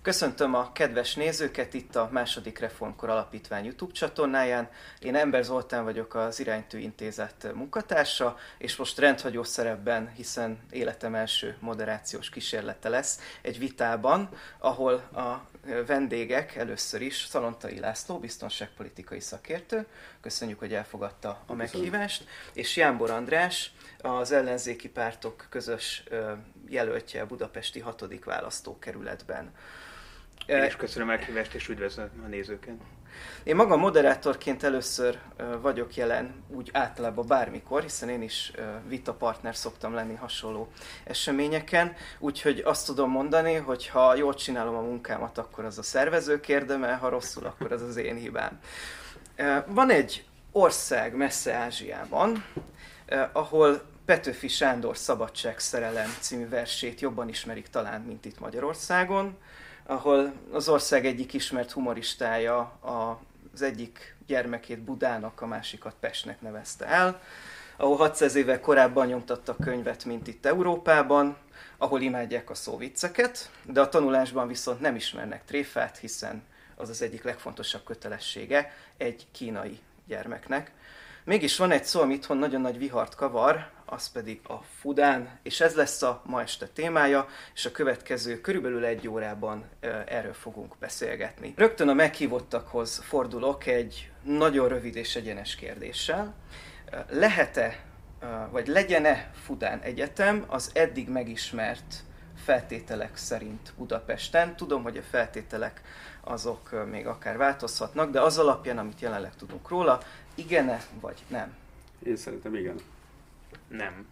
Köszöntöm a kedves nézőket itt a Második Reformkor Alapítvány YouTube csatornáján. Én Ember Zoltán vagyok, az Iránytű Intézet munkatársa, és most rendhagyó szerepben, hiszen életem első moderációs kísérlete lesz egy vitában, ahol a vendégek először is Szalontai László, biztonságpolitikai szakértő, köszönjük, hogy elfogadta a meghívást, és Jámbor András, az ellenzéki pártok közös jelöltje a budapesti 6. választókerületben. Én is köszönöm a meghívást, és üdvözlöm a nézőket. Én magam moderátorként először vagyok jelen úgy általában bármikor, hiszen én is vitapartner szoktam lenni hasonló eseményeken, úgyhogy azt tudom mondani, hogy ha jól csinálom a munkámat, akkor az a szervezők érdeme, ha rosszul, akkor az az én hibám. Van egy ország messze Ázsiában, ahol Petőfi Sándor Szabadságszerelem című versét jobban ismerik talán, mint itt Magyarországon, ahol az ország egyik ismert humoristája az egyik gyermekét Budának, a másikat Pestnek nevezte el, ahol 600 évvel korábban nyomtattak könyvet, mint itt Európában, ahol imádják a szóvicceket, de a tanulásban viszont nem ismernek tréfát, hiszen az az egyik legfontosabb kötelessége egy kínai gyermeknek. Mégis van egy szó, ami itthon nagyon nagy vihart kavar, az pedig a fudán, és ez lesz a ma este témája, és a következő körülbelül 1 órában erről fogunk beszélgetni. Rögtön a meghívottakhoz fordulok egy nagyon rövid és egyenes kérdéssel. Lehet-e, vagy legyen-e Fudán egyetem az eddig megismert feltételek szerint Budapesten? Tudom, hogy a feltételek azok még akár változhatnak, de az alapján, amit jelenleg tudunk róla, igen-e vagy nem? Én szerintem igen. Nem.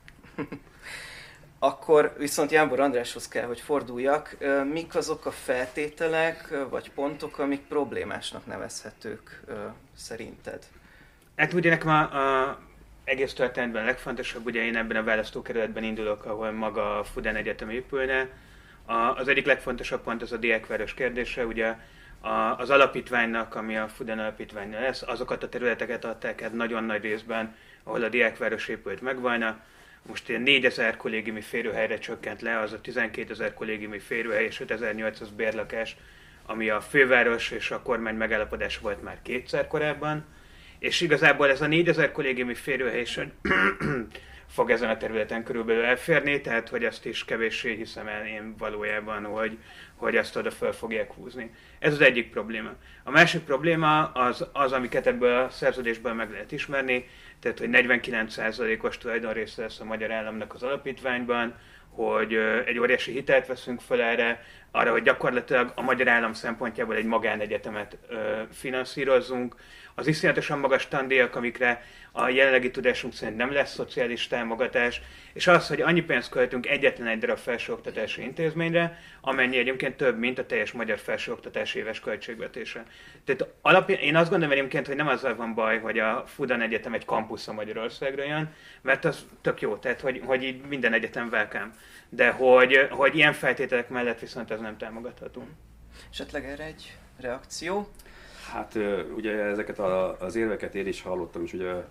Akkor viszont Jámbor Andráshoz kell, hogy forduljak. Mik azok a feltételek vagy pontok, amik problémásnak nevezhetők szerinted? Hát ugye nekem a egész történetben a legfontosabb, ugye én ebben a választókerületben indulok, ahol maga a Fudán Egyetem épülne. Az egyik legfontosabb pont az a diákváros kérdése, ugye az alapítványnak, ami a Fudán alapítvány lesz, azokat a területeket adták át nagyon nagy részben, ahol a diákváros épült meg volna. Most ilyen 4000 kollégiumi férőhelyre csökkent le, az a 12 000 kollégiumi férőhely és 5800 bérlakás, ami a főváros és a kormány megállapodása volt már 2-szer korábban. És igazából ez a 4000 kollégiumi férőhely sem fog ezen a területen körülbelül elférni, tehát hogy azt is kevéssé hiszem el én valójában, hogy azt oda föl fogják húzni. Ez az egyik probléma. A másik probléma az amiket ebből a szerződésből meg lehet ismerni, tehát hogy 49%-os tulajdonrésze lesz a magyar államnak az alapítványban, hogy egy óriási hitelt veszünk fel erre, arra, hogy gyakorlatilag a magyar állam szempontjából egy magánegyetemet finanszírozzunk. Az iszonyatosan magas tandíjak, amikre a jelenlegi tudásunk szerint nem lesz szociális támogatás, és az, hogy annyi pénzt költünk egyetlen egy darab felsőoktatási intézményre, amennyi egyébként több, mint a teljes magyar felsőoktatási éves költségvetése. Tehát én azt gondolom egyébként, hogy nem azzal van baj, hogy a Fudán Egyetem egy kampusz Magyarországra jön, mert az tök jó, tehát hogy így minden egyetem welcome. De hogy ilyen feltételek mellett viszont ez nem támogatható. Esetleg erre egy reakció? Hát ugye ezeket az érveket én is hallottam, és ugye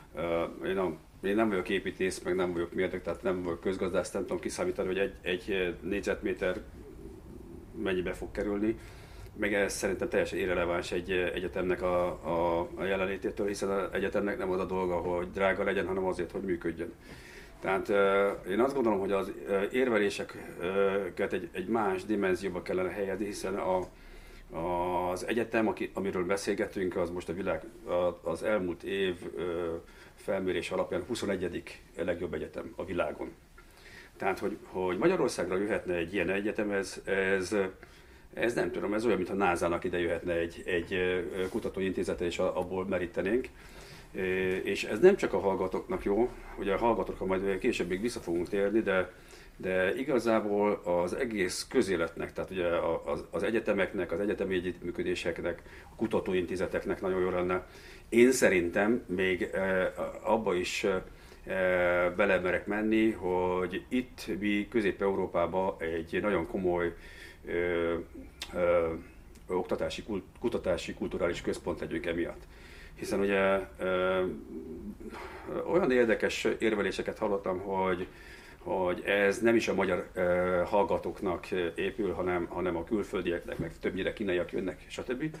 én nem vagyok építész, meg nem vagyok mérnök, tehát nem vagyok közgazdász, nem tudom kiszámítani, hogy egy négyzetméter mennyibe fog kerülni. Meg ez szerintem teljesen irreleváns egy egyetemnek a jelenlététől, hiszen az egyetemnek nem az a dolga, hogy drága legyen, hanem azért, hogy működjön. Tehát én azt gondolom, hogy az érveléseket egy más dimenzióba kellene helyezni, hiszen az egyetem, amiről beszélgetünk, az most az elmúlt év felmérés alapján 21. legjobb egyetem a világon. Tehát, hogy Magyarországra jöhetne egy ilyen egyetem, ez nem tudom, ez olyan, mintha NASA-nak ide jöhetne egy kutatóintézete, és abból merítenénk. És ez nem csak a hallgatóknak jó, ugye a hallgatókra majd későbbig vissza fogunk térni, de igazából az egész közéletnek, tehát ugye az egyetemeknek, az egyetemi együttműködéseknek, a kutatóintézeteknek nagyon jó lenne. Én szerintem még abba is belemerek menni, hogy itt mi Közép-Európában egy nagyon komoly kutatási, kulturális központ legyünk emiatt. Hiszen ugye olyan érdekes érveléseket hallottam, hogy ez nem is a magyar hallgatóknak épül, hanem a külföldieknek, meg többnyire kínaiak jönnek, stb.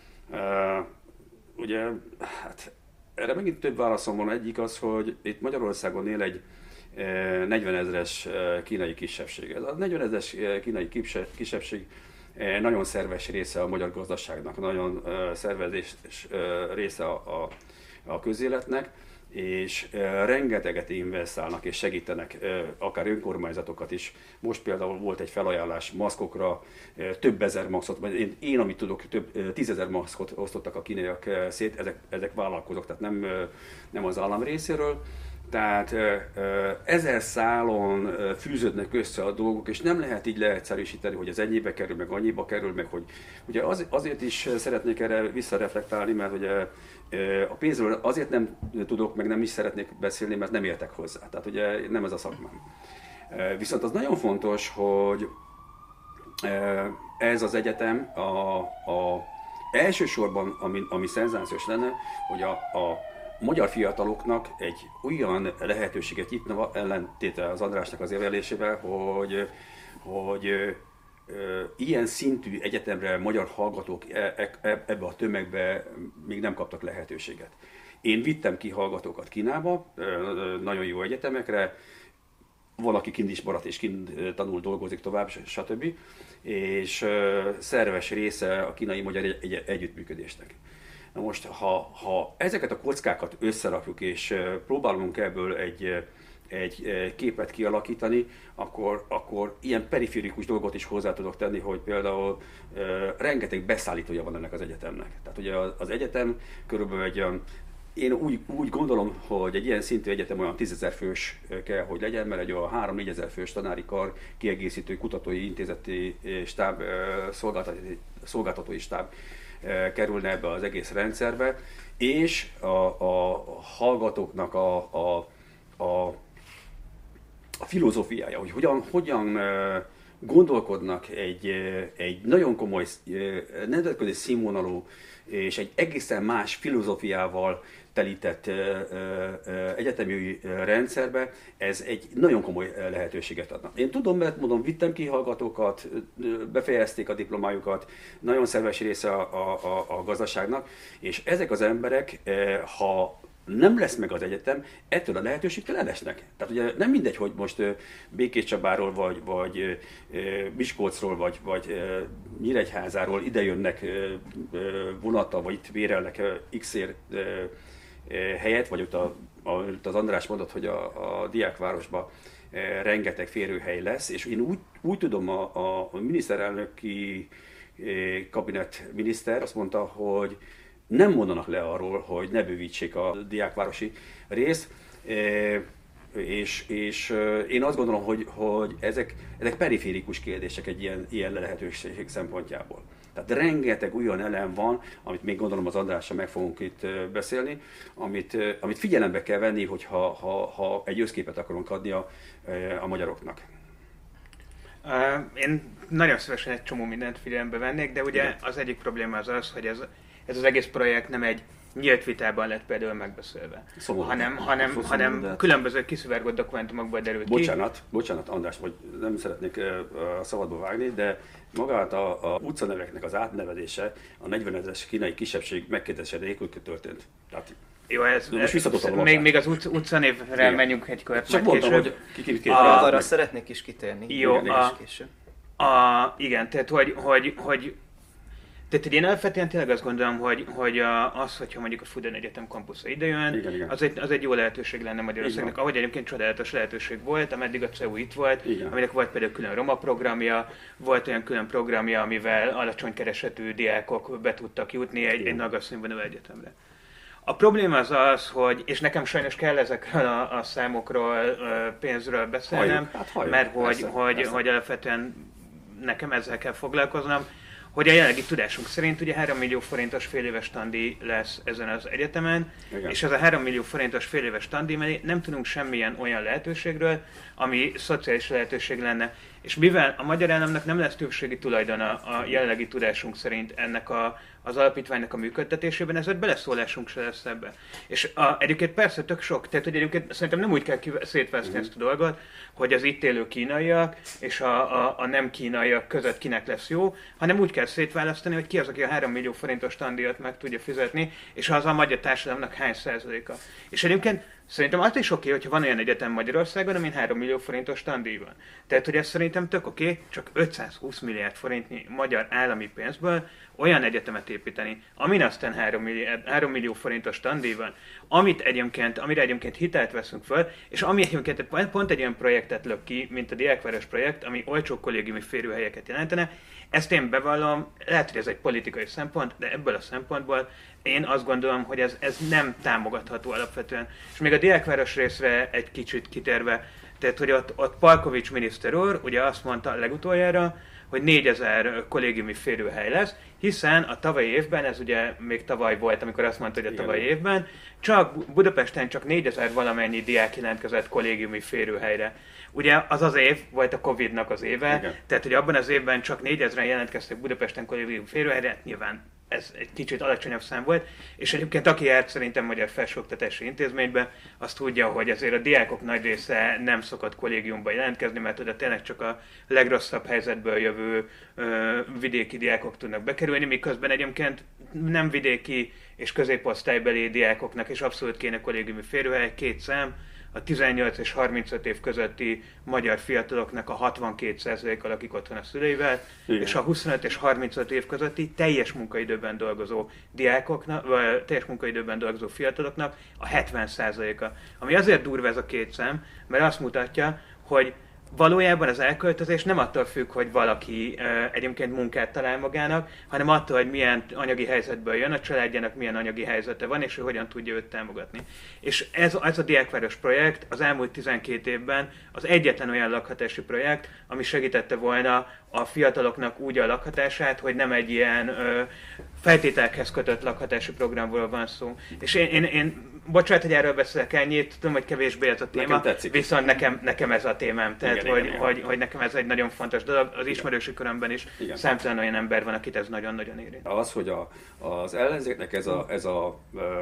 Ugye, hát erre megint több válaszom van. Egyik az, hogy itt Magyarországon él egy 40 000-es kínai kisebbség. Ez a 40 000-es kínai kisebbség nagyon szerves része a magyar gazdaságnak, nagyon szervezés része a közéletnek, és rengeteget investálnak és segítenek akár önkormányzatokat is. Most például volt egy felajánlás maszkokra, több ezer maszkot, vagy én amit tudok, több 10 000 maszkot osztottak a kínaiak szét, ezek vállalkozók, tehát nem az állam részéről. Tehát ezer szálon fűződnek össze a dolgok, és nem lehet így leegyszerűsíteni, hogy ez ennyibe kerül, meg annyiba kerül, meg hogy... Ugye azért is szeretnék erre visszareflektálni, mert ugye a pénzről azért nem tudok, meg nem is szeretnék beszélni, mert nem értek hozzá. Tehát ugye nem ez a szakmám. Viszont az nagyon fontos, hogy ez az egyetem elsősorban, ami szenzációs lenne, hogy a magyar fiataloknak egy olyan lehetőséget nyitna, ellentéte az Andrásnak az érvelésével, hogy ilyen szintű egyetemre magyar hallgatók ebbe a tömegbe még nem kaptak lehetőséget. Én vittem ki hallgatókat Kínába, nagyon jó egyetemekre, valaki kint is maradt és kint tanul, dolgozik tovább, stb. És szerves része a kínai-magyar együttműködésnek. Na most, ha ezeket a kockákat összerakjuk, és próbálunk ebből egy képet kialakítani, akkor ilyen periférikus dolgot is hozzá tudok tenni, hogy például rengeteg beszállítója van ennek az egyetemnek. Tehát ugye az egyetem körülbelül egy olyan, én úgy gondolom, hogy egy ilyen szintű egyetem olyan 10 000 fős kell, hogy legyen, mert egy olyan 3-4 000 fős tanári kar, kiegészítő kutatói intézeti stáb, szolgáltatói stáb kerülne ebbe az egész rendszerbe, és a hallgatóknak a filozófiája, hogy hogyan gondolkodnak egy nagyon komoly nemzetközi színvonalú és egy egészen más filozófiával telített egyetemi rendszerbe, ez egy nagyon komoly lehetőséget adna. Én tudom, mert mondom, vittem ki hallgatókat, befejezték a diplomájukat, nagyon szerves része a gazdaságnak, és ezek az emberek, ha nem lesz meg az egyetem, ettől a lehetőségtől elesnek. Tehát ugye nem mindegy, hogy most Békés Csabáról, vagy Miskolcról, vagy Nyíregyházáról idejönnek vonattal, vagy itt bérelnek X-ért helyet, vagy ott az András mondott, hogy a diákvárosban rengeteg férőhely lesz, és én úgy tudom, a miniszterelnöki kabinet miniszter azt mondta, hogy nem mondanak le arról, hogy ne bővítsék a diákvárosi részt, és én azt gondolom, hogy ezek periférikus kérdések egy ilyen lehetőség szempontjából. Tehát rengeteg olyan elem van, amit még gondolom az Andrással meg fogunk itt beszélni, amit figyelembe kell venni, ha egy összképet akarunk adni a magyaroknak. Én nagyon szívesen egy csomó mindent figyelembe vennék, de ugye az egyik probléma az, hogy ez az egész projekt nem egy nyílt vitában lett például megbeszélve, hanem különböző kiszivárgott dokumentumokból derült ki. Bocsánat, András, hogy nem szeretnék a szabadba vágni, de magát a utcaneveknek az átnevezése a 40 000-es kínai kisebbség megkérdezése nélkül történt. Tehát jó, még az utcanévre menjünk egy kört. Csak mondtam, hogy arra szeretnék is kitérni. Jó, igen, tehát hogy én alapvetően tényleg azt gondolom, hogy hogyha mondjuk a Fuden Egyetem kampusza idejön, az egy jó lehetőség lenne Magyarországnak. Ahogy egyébként csodálatos lehetőség volt, ameddig a CEU itt volt, aminek volt például külön roma programja, volt olyan külön programja, amivel alacsony keresetű diákok be tudtak jutni egy magas színvonalú egyetemre. A probléma az, hogy, és nekem sajnos kell ezekről a számokról, pénzről beszélnem, mert hogy alapvetően nekem ezzel kell foglalkoznom, hogy a jelenlegi tudásunk szerint ugye 3 millió forintos féléves tandíj lesz ezen az egyetemen, és ez a 3 millió forintos féléves tandíj mellé nem tudunk semmilyen olyan lehetőségről, ami szociális lehetőség lenne. És mivel a magyar államnak nem lesz többségi tulajdona a jelenlegi tudásunk szerint ennek az alapítványnak a működtetésében, ezért beleszólásunk se lesz ebbe. És egyébként persze tök sok, tehát hogy egyébként szerintem nem úgy kell szétválasztani ezt a dolgot, hogy az itt élő kínaiak és a nem kínaiak között kinek lesz jó, hanem úgy kell szétválasztani, hogy ki az, aki a 3 millió forintos tandíjat meg tudja fizetni, és az a magyar társadalomnak hány százaléka. És egyébként szerintem az is oké, hogyha van olyan egyetem Magyarországon, amin 3 millió forintos tandíj van. Tehát, hogy ez szerintem tök oké, csak 520 milliárd forintnyi magyar állami pénzből olyan egyetemet építeni, amin aztán 3 millió forintos tandíj van, amire egyébként hitelt veszünk föl, és ami egyébként pont egy olyan projektet lök ki, mint a Diákváros projekt, ami olcsó kollégiumi férőhelyeket jelentene. Ezt én bevallom, lehet, hogy ez egy politikai szempont, de ebből a szempontból én azt gondolom, hogy ez nem támogatható alapvetően. És még a Diákváros részre egy kicsit kitérve, tehát hogy ott Palkovics miniszter úr ugye azt mondta legutoljára, hogy 4000 kollégiumi férőhely lesz, hiszen a tavalyi évben, ez ugye még tavaly volt, amikor azt mondta, hogy a tavalyi évben, Budapesten csak 4000 valamennyi diák jelentkezett kollégiumi férőhelyre. Ugye az év volt a Covid-nak az éve, igen. Tehát hogy abban az évben csak 4000-en jelentkeztek Budapesten kollégiumi férőhelyre, nyilván ez egy kicsit alacsonyabb szám volt, és egyébként aki járt szerintem Magyar Felsőoktatási Intézménybe, azt tudja, hogy azért a diákok nagy része nem szokott kollégiumba jelentkezni, mert oda tényleg csak a legrosszabb helyzetből jövő vidéki diákok tudnak bekerülni, miközben egyébként nem vidéki és középosztálybeli diákoknak is abszolút kéne kollégiumi férőhely, 2 szám, a 18 és 35 év közötti magyar fiataloknak a 62%-a lakik otthon a szüleivel, igen. És a 25 és 35 év közötti teljes munkaidőben dolgozó diákoknak, vagy teljes munkaidőben dolgozó fiataloknak a 70%-a. Ami azért durva ez a 2 szám, mert azt mutatja, hogy valójában az elköltözés nem attól függ, hogy valaki egyébként munkát talál magának, hanem attól, hogy milyen anyagi helyzetből jön, a családjának milyen anyagi helyzete van, és ő hogyan tudja őt támogatni. És ez a Diákváros projekt az elmúlt 12 évben az egyetlen olyan lakhatási projekt, ami segítette volna a fiataloknak úgy a lakhatását, hogy nem egy ilyen feltételekhez kötött lakhatási programról van szó. És én bocsánat, hogy erről beszélek ennyit, tudom, hogy kevésbé ez a téma, viszont nekem ez a témám. Tehát, igen, hogy nekem ez egy nagyon fontos dolog. Az ismerősi körömben is számtalan olyan ember van, akit ez nagyon-nagyon érint. Az, hogy az ellenzéknek ez a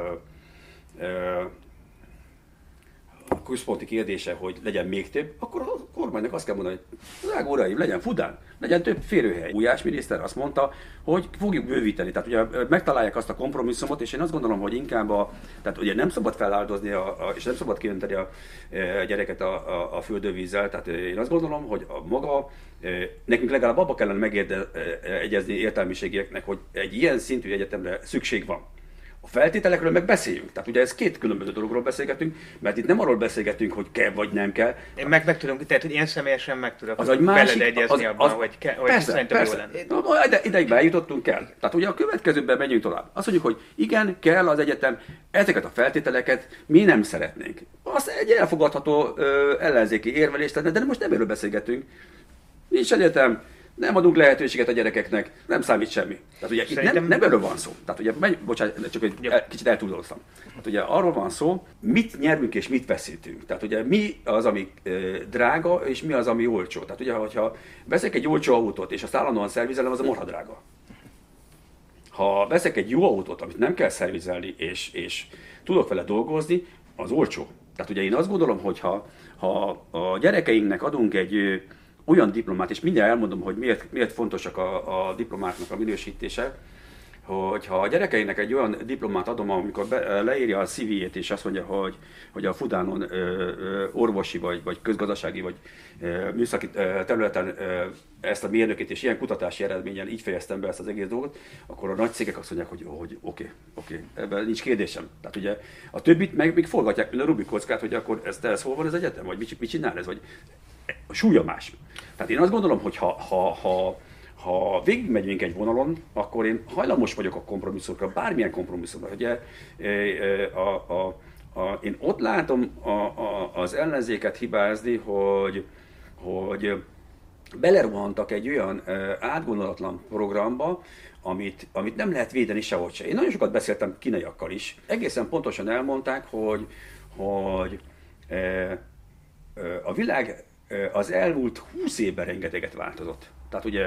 központi kérdése, hogy legyen még több, akkor a kormánynak azt kell mondani, hogy drága uraim, legyen Fudán, legyen több férőhely. Gulyás miniszter azt mondta, hogy fogjuk bővíteni. Tehát ugye megtalálják azt a kompromisszumot, és én azt gondolom, hogy inkább tehát ugye nem szabad feláldozni, és nem szabad kiönteni a gyereket a fürdővízzel. Tehát én azt gondolom, hogy nekünk legalább abba kellene megegyezni értelmiségieknek, hogy egy ilyen szintű egyetemre szükség van. A feltételekről meg beszéljünk. Tehát ugye ez 2 különböző dologról beszélgetünk, mert itt nem arról beszélgetünk, hogy kell vagy nem kell. Én meg tudom, tehát hogy én személyesen meg tudok veled egyezni abban, hogy szerintem jó lenne. Ideig eljutottunk kell. Tehát ugye a következőben menjünk tovább. Azt mondjuk, hogy igen, kell az egyetem, ezeket a feltételeket mi nem szeretnénk. Az egy elfogadható ellenzéki érvelés, de most nem erről beszélgetünk. Nincs egyetem, nem adunk lehetőséget a gyerekeknek, nem számít semmi. Tehát ugye itt nem erről van szó. Tehát ugye, bocsánat, csak egy kicsit eltúloztam. Hát ugye arról van szó, mit nyerünk és mit veszítünk. Tehát ugye mi az, ami drága, és mi az, ami olcsó. Tehát ugye, hogyha veszek egy olcsó autót, és azt állandóan szervizelem, az a marha drága. Ha veszek egy jó autót, amit nem kell szervizelni, és tudok vele dolgozni, az olcsó. Tehát ugye én azt gondolom, hogy ha a gyerekeinknek adunk egy olyan diplomát, és mindjárt elmondom, hogy miért fontosak a diplomáknak a minősítése, hogyha a gyerekeinek egy olyan diplomát adom, amikor leírja a CV-jét, és azt mondja, hogy a Fudánon orvosi, vagy közgazdasági, vagy műszaki területen ezt a mérnökét és ilyen kutatási eredménnyel így fejeztem be ezt az egész dolgot, akkor a nagy cégek azt mondják, hogy oké, ebben nincs kérdésem. Tehát ugye a többit meg még forgatják, mint a Rubik kockát, hogy akkor ez hol van az egyetem, vagy mit csinál ez, vagy súlya más. Tehát én azt gondolom, hogy ha végigmegyünk egy vonalon, akkor én hajlamos vagyok a kompromisszumokra, bármilyen kompromisszumra. Ugye, én ott látom az ellenzéket hibázni, hogy belerohantak egy olyan átgondolatlan programba, amit nem lehet védeni sehogy se. Én nagyon sokat beszéltem kínaiakkal is. Egészen pontosan elmondták, hogy a világ az elmúlt 20 évben rengeteget változott. Tehát ugye,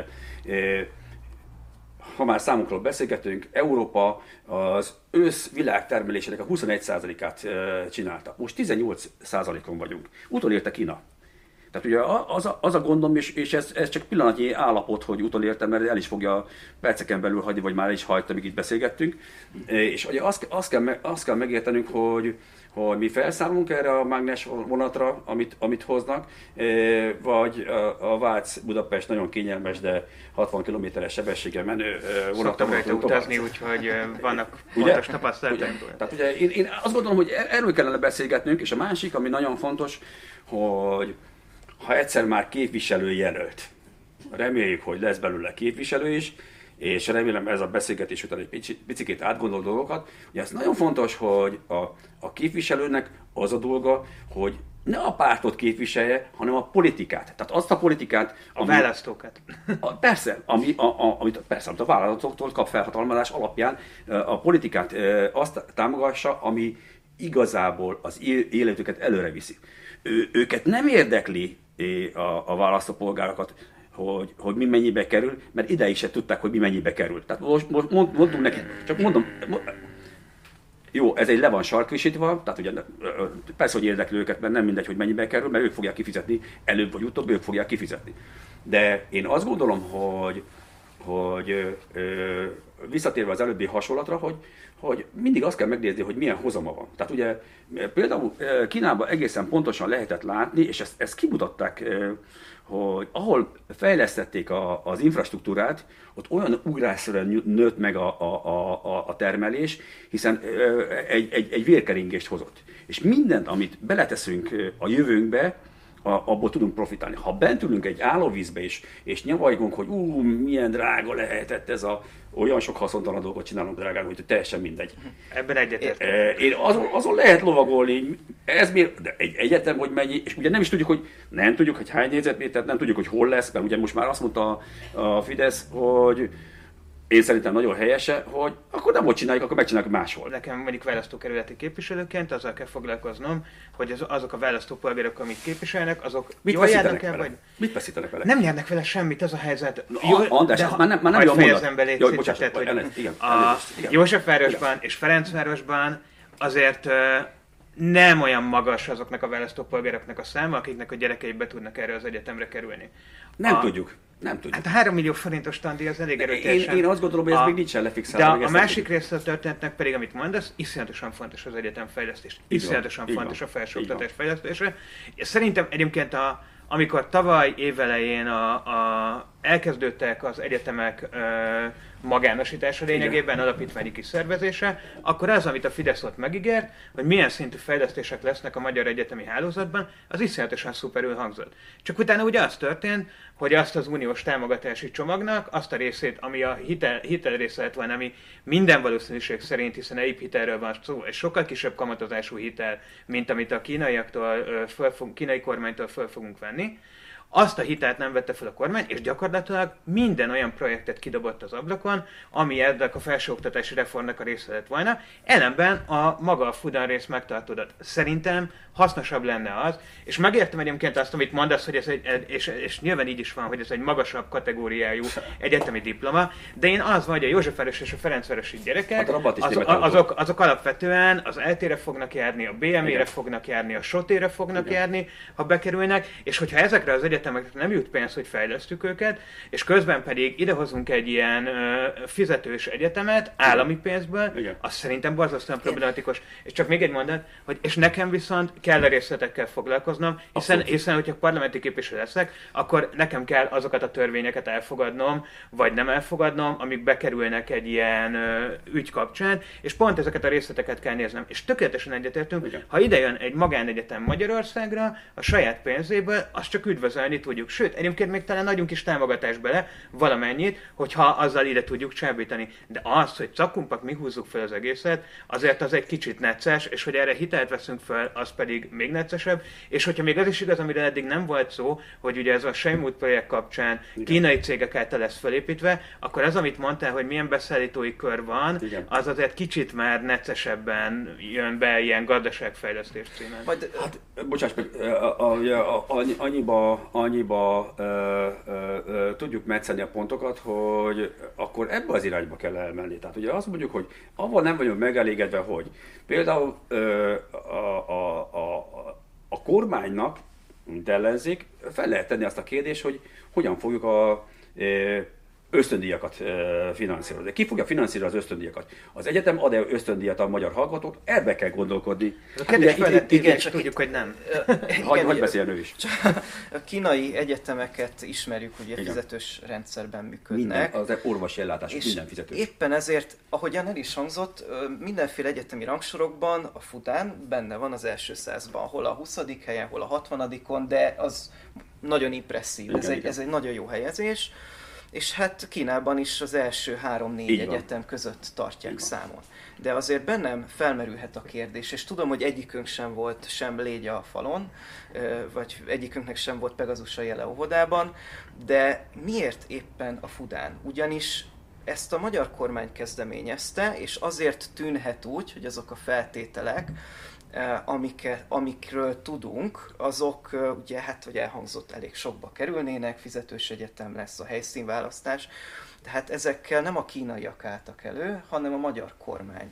ha már számokról beszélgetünk, Európa az ősz világtermelésének a 21%-át csinálta. Most 18%-on vagyunk. Utolérte Kína. Tehát ugye az a gondom, és ez csak pillanatnyi állapot, hogy utolértem, mert el is fogja perceken belül hagyni, vagy már is hagyta, amíg itt beszélgettünk. És ugye azt kell megértenünk, hogy mi felszállunk erre a mágnes vonatra, amit hoznak, vagy a Vác-Budapest nagyon kényelmes, de 60 km/s sebességgel menő vonatra. Szoktam rajta utazni, úgyhogy vannak fontos tapasztalataink. Tehát ugye én azt gondolom, hogy erről kellene beszélgetnünk, és a másik, ami nagyon fontos, hogy ha egyszer már képviselő jelölt, reméljük, hogy lesz belőle képviselő is, és remélem ez a beszélgetés után egy picit átgondol dolgokat. Ugye ez nagyon fontos, hogy a képviselőnek az a dolga, hogy ne a pártot képviselje, hanem a politikát. Tehát azt a politikát... A választókat. Persze, amit a választóktól kap felhatalmazás alapján a politikát azt támogassa, ami igazából az életüket előre viszi. Őket nem érdekli a választópolgárokat, hogy mi mennyibe kerül, mert ideig se tudták, hogy mi mennyibe kerül. Tehát most mondtunk neki, csak mondom, jó, ez egy le van sarkvisítva, tehát ugye persze, hogy érdekli őket, mert nem mindegy, hogy mennyibe kerül, mert ők fogják kifizetni, előbb vagy utóbb ők fogják kifizetni. De én azt gondolom, hogy visszatérve az előbbi hasonlatra, hogy mindig azt kell megnézni, hogy milyen hozama van. Tehát ugye például Kínában egészen pontosan lehetett látni, és ezt kimutatták, hogy ahol fejlesztették az infrastruktúrát, ott olyan ugrásszerűen nőtt meg a termelés, hiszen egy vérkeringést hozott. És mindent, amit beleteszünk a jövőnkbe, abból tudunk profitálni. Ha bent ülünk egy állóvízbe és nyavajgunk, hogy milyen drága lehetett ez olyan sok haszontalan dolgot csinálunk drágán, hogy teljesen mindegy. Ebben egyetértek. Én azon lehet lovagolni, ez miért, de egy egyetem, hogy mennyi, és ugye nem is tudjuk, hogy hány négyzetmétert, nem tudjuk, hogy hol lesz, mert ugye most már azt mondta a Fidesz, hogy én szerintem nagyon helyese, hogy akkor nem ott csináljuk, akkor megcsináljuk máshol. Nekem mondjuk választókerületi képviselőként azzal kell foglalkoznom, hogy azok a választópolgárok, amit képviselnek, azok jól járnak el, vagy... Mit veszítenek vele? Nem nyernek vele semmit, az a helyzet. András, már nem jó a Józsefvárosban és Ferencvárosban azért nem olyan magas azoknak a választópolgároknak a száma, akiknek a gyerekei be tudnak erre az egyetemre kerülni. Nem tudjuk. Hát a 3 millió forintos tandíj az elég erőteljesen. Én azt gondolom, hogy ez még nincsen lefixálva. De a másik része a történetnek pedig, amit mondasz, iszonyatosan fontos az egyetemfejlesztés. Iszonyatosan fontos a felsőoktatás fejlesztése. Szerintem egyébként amikor tavaly évelején elkezdődtek az egyetemek magánosítása lényegében, alapítványi kiszervezése, akkor az, amit a Fidesz ott megígért, hogy milyen szintű fejlesztések lesznek a magyar egyetemi hálózatban, az iszonyatosan szuperül hangzott. Csak utána ugye az történt, hogy azt az uniós támogatási csomagnak, azt a részét, ami a hitel része lett volna, ami minden valószínűség szerint, hiszen EIB hitelről van szó, egy sokkal kisebb kamatozású hitel, mint amit a kínai kormánytól föl fogunk venni, azt a hitelt nem vette fel a kormány, és gyakorlatilag minden olyan projektet kidobott az ablakon, ami ennek a felsőoktatási reformnak a része lett volna, ellenben a maga a Fudan rész megtartódott. Szerintem hasznosabb lenne az, és megértem egyébként azt, amit mondasz, hogy ez és nyilván így is van, hogy ez egy magasabb kategóriájú egyetemi diploma, de én az vagy a Józsefváros és a Ferencvárosi gyerekek, azok alapvetően az ELTE-re fognak járni, a BME-re fognak járni, a SOT-re fognak járni, ha bekerülnek, és hogyha ezekre az egyetemekre nem jut pénz, hogy fejlesztük őket, és közben pedig idehozunk egy ilyen fizetős egyetemet állami pénzből, az szerintem borzasztóan problematikus. És csak még egy mondat, hogy és nekem viszont kell a részletekkel foglalkoznom, hiszen hogyha parlamenti képviselő leszek, akkor nekem kell azokat a törvényeket elfogadnom, vagy nem elfogadnom, amik bekerülnek egy ilyen ügy kapcsán, és pont ezeket a részleteket kell néznem. És tökéletesen egyetértünk, ha ide jön egy magánegyetem Magyarországra, a saját pénzéből, azt csak üdvözölni használni tudjuk. Sőt, egyébként még talán adjunk is támogatást bele, valamennyit, hogyha azzal ide tudjuk csábítani. De az, hogy cakumpak mi húzzuk fel az egészet, azért az egy kicsit necces, és hogy erre hitelt veszünk fel, az pedig még neccesebb. És hogyha még az is igaz, amire eddig nem volt szó, hogy ugye ez a Sejmút projekt kapcsán kínai cégek által lesz felépítve, akkor az, amit mondtál, hogy milyen beszállítói kör van, az azért kicsit már neccesebben jön be ilyen gazdaságfejlesztés címen. Hát, bocsáss meg, annyiba tudjuk metszeni a pontokat, hogy akkor ebbe az irányba kell elmenni. Tehát ugye azt mondjuk, hogy avval nem vagyunk megelégedve, hogy például a kormánynak, mint ellenzék, fel lehet tenni azt a kérdést, hogy hogyan fogjuk a ösztöndíjakat finanszírozni. Ki fogja finanszírozni az ösztöndíjakat? Az egyetem ad-e ösztöndíjat a magyar hallgatók? Ebbe kell gondolkodni. A kérdés felett tudjuk, hogy nem. Hagyj beszélni ő is. A kínai egyetemeket ismerjük, hogy fizetős rendszerben működnek. Minden, az orvosi ellátás minden fizetős. Éppen ezért, ahogyan el is hangzott, mindenféle egyetemi rangsorokban a Fudán benne van az első 100-ban, hol a 20. helyen, hol a 60-on, de az nagyon impresszív. Ez egy nagyon jó helyezés. És hát Kínában is az első 3-4 egyetem között tartják számon. De azért bennem felmerülhet a kérdés, és tudom, hogy egyikünk sem volt sem légy a falon, vagy egyikünknek sem volt Pegazus a jele óvodában, de miért éppen a Fudán? Ugyanis ezt a magyar kormány kezdeményezte, és azért tűnhet úgy, hogy azok a feltételek, amikről tudunk, azok ugye, hát, hogy elhangzott, elég sokba kerülnének, fizetős egyetem lesz, a helyszínválasztás, tehát ezekkel nem a kínaiak álltak elő, hanem a magyar kormány.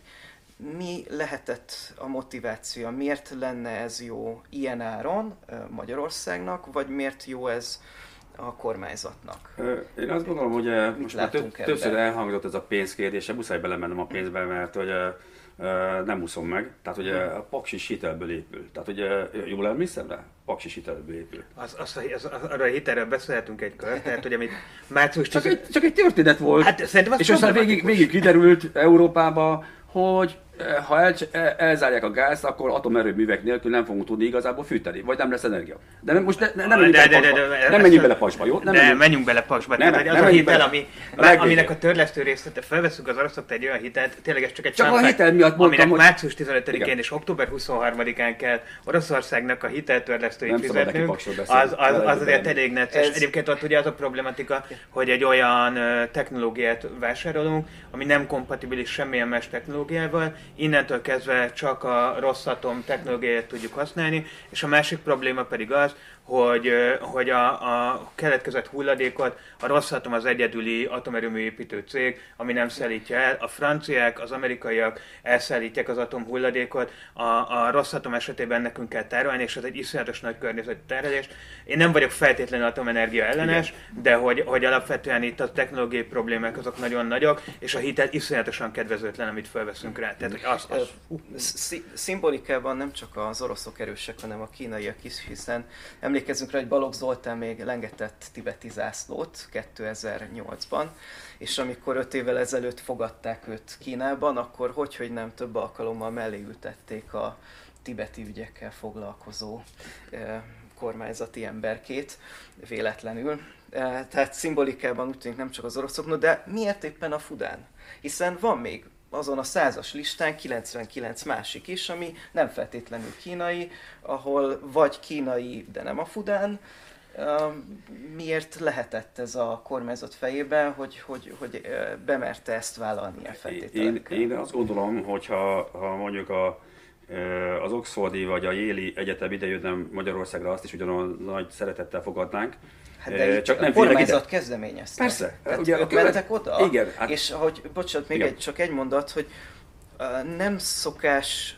Mi lehetett a motiváció, miért lenne ez jó ilyen áron Magyarországnak, vagy miért jó ez a kormányzatnak? Én azt gondolom, hogy most már többször elhangzott ez a pénzkérdése, muszáj belemennem a pénzbe, mert hogy nem úszom meg. Tehát ugye a Paksis hitelből épül. Tehát ugye jól emlékszem rá? Paksis hitelből épül. Arra a hitelről beszélhetünk egy kör, tehát hogy amit március... Csak egy történet volt. Hát, és aztán végig kiderült Európába, hogy ha elzárják a gázt, akkor atomerőművek nélkül nem fogunk tudni igazából fűteni, vagy nem lesz energia. De most nem menjünk bele paksba, jó? Menjünk bele paksba. Tehát az a hitel, aminek a törlesztő részlete, felveszünk az oroszoktól egy olyan hitelt, tényleg ez csak egy csámfák, aminek március 15-én és október 23-án kell Oroszországnak a hiteltörlesztőit fizetnünk, az azért elég necces. Egyébként ott ugye az a problematika, hogy egy olyan technológiát vásárolunk, ami nem kompatibilis semmilyen más technológiával, innentől kezdve csak a Rosszatom technológiáját tudjuk használni, és a másik probléma pedig az, hogy a keletkezett hulladékot a Rosszatom az egyedüli atomerőmű építő cég, ami nem szállítja el. A franciák, az amerikaiak elszállítják az atomhulladékot, a Rosszatom esetében nekünk kell tárolni, és ez egy iszonyatos nagy környezeti terhelés. Én nem vagyok feltétlenül atomenergia ellenes, de hogy alapvetően itt a technológiai problémák azok nagyon nagyok, és a hitel iszonyatosan kedvezőtlen, amit felveszünk rá. Tehát, Szimbolikában nem csak az oroszok erősek, hanem a kínaiak is, hiszen emlékezzünk rá, hogy Balogh Zoltán még lengetett tibeti zászlót 2008-ban, és amikor 5 évvel ezelőtt fogadták őt Kínában, akkor hogy nem több alkalommal mellé ültették a tibeti ügyekkel foglalkozó kormányzati emberkét véletlenül. Tehát szimbolikában úgy tűnik nem csak az oroszok, de miért éppen a Fudán? Hiszen van még azon a 100-as listán 99 másik is, ami nem feltétlenül kínai, ahol vagy kínai, de nem a Fudán. Miért lehetett ez a kormányzat fejében, hogy bemerte ezt vállalni ilyen feltételekkel? Én azt gondolom, hogyha mondjuk az Oxfordi vagy a Yale Egyetem idejönne Magyarországra, azt is ugyanolyan nagy szeretettel fogadnánk. Hát de csak nem a kormányzat kezdeményezte. Persze. Ugye ők mentek oda, igen, és bocsánat, még csak egy mondat, hogy nem szokás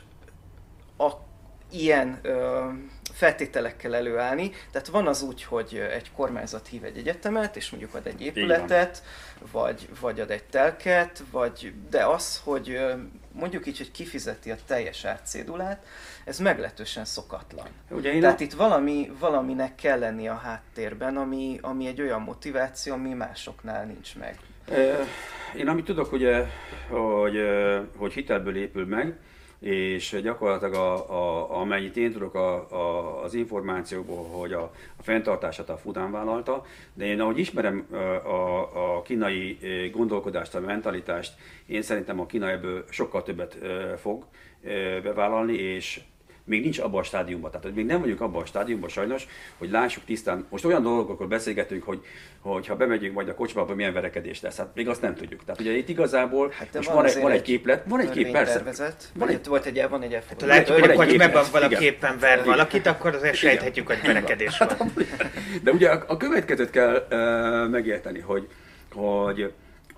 ilyen feltételekkel előállni. Tehát van az úgy, hogy egy kormányzat hív egy egyetemet, és mondjuk ad egy épületet, vagy ad egy telket, de az, hogy mondjuk így, hogy kifizeti a teljes árcédulát, ez meglehetősen szokatlan. Tehát itt valaminek kell lenni a háttérben, ami egy olyan motiváció, ami másoknál nincs meg. Én amit tudok, ugye, hogy hitelből épül meg, és gyakorlatilag amennyit én tudok az információkból, hogy a fenntartását a Fudan vállalta, de én ahogy ismerem a kínai gondolkodást, a mentalitást, én szerintem a Kína ebből sokkal többet fog bevállalni, és még nincs abban a stádiumban. Tehát még nem vagyunk abban a stádiumban sajnos, hogy lássuk tisztán. Most olyan dolgokról beszélgetünk, hogy ha bemegyünk majd a kocsmába, milyen verekedés lesz. Hát még azt nem tudjuk. Tehát ugye itt igazából most van egy képlet, van egy kép, persze. Van egy elforduló. Hát ha látjuk, hogy a kocsmában valaképpen ver valakit, akkor azért sejthetjük, hogy verekedés van. De ugye a következőt kell megérteni, hogy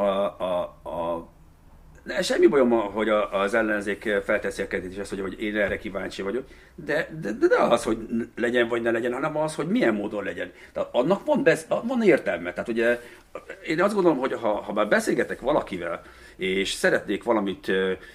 semmi bajom, hogy az ellenzék felteszi a kezét, és azt mondja, hogy én erre kíváncsi vagyok, de az, hogy legyen vagy ne legyen, hanem az, hogy milyen módon legyen. Tehát annak van értelme. Tehát ugye én azt gondolom, hogy ha már beszélgetek valakivel, és szeretnék valamit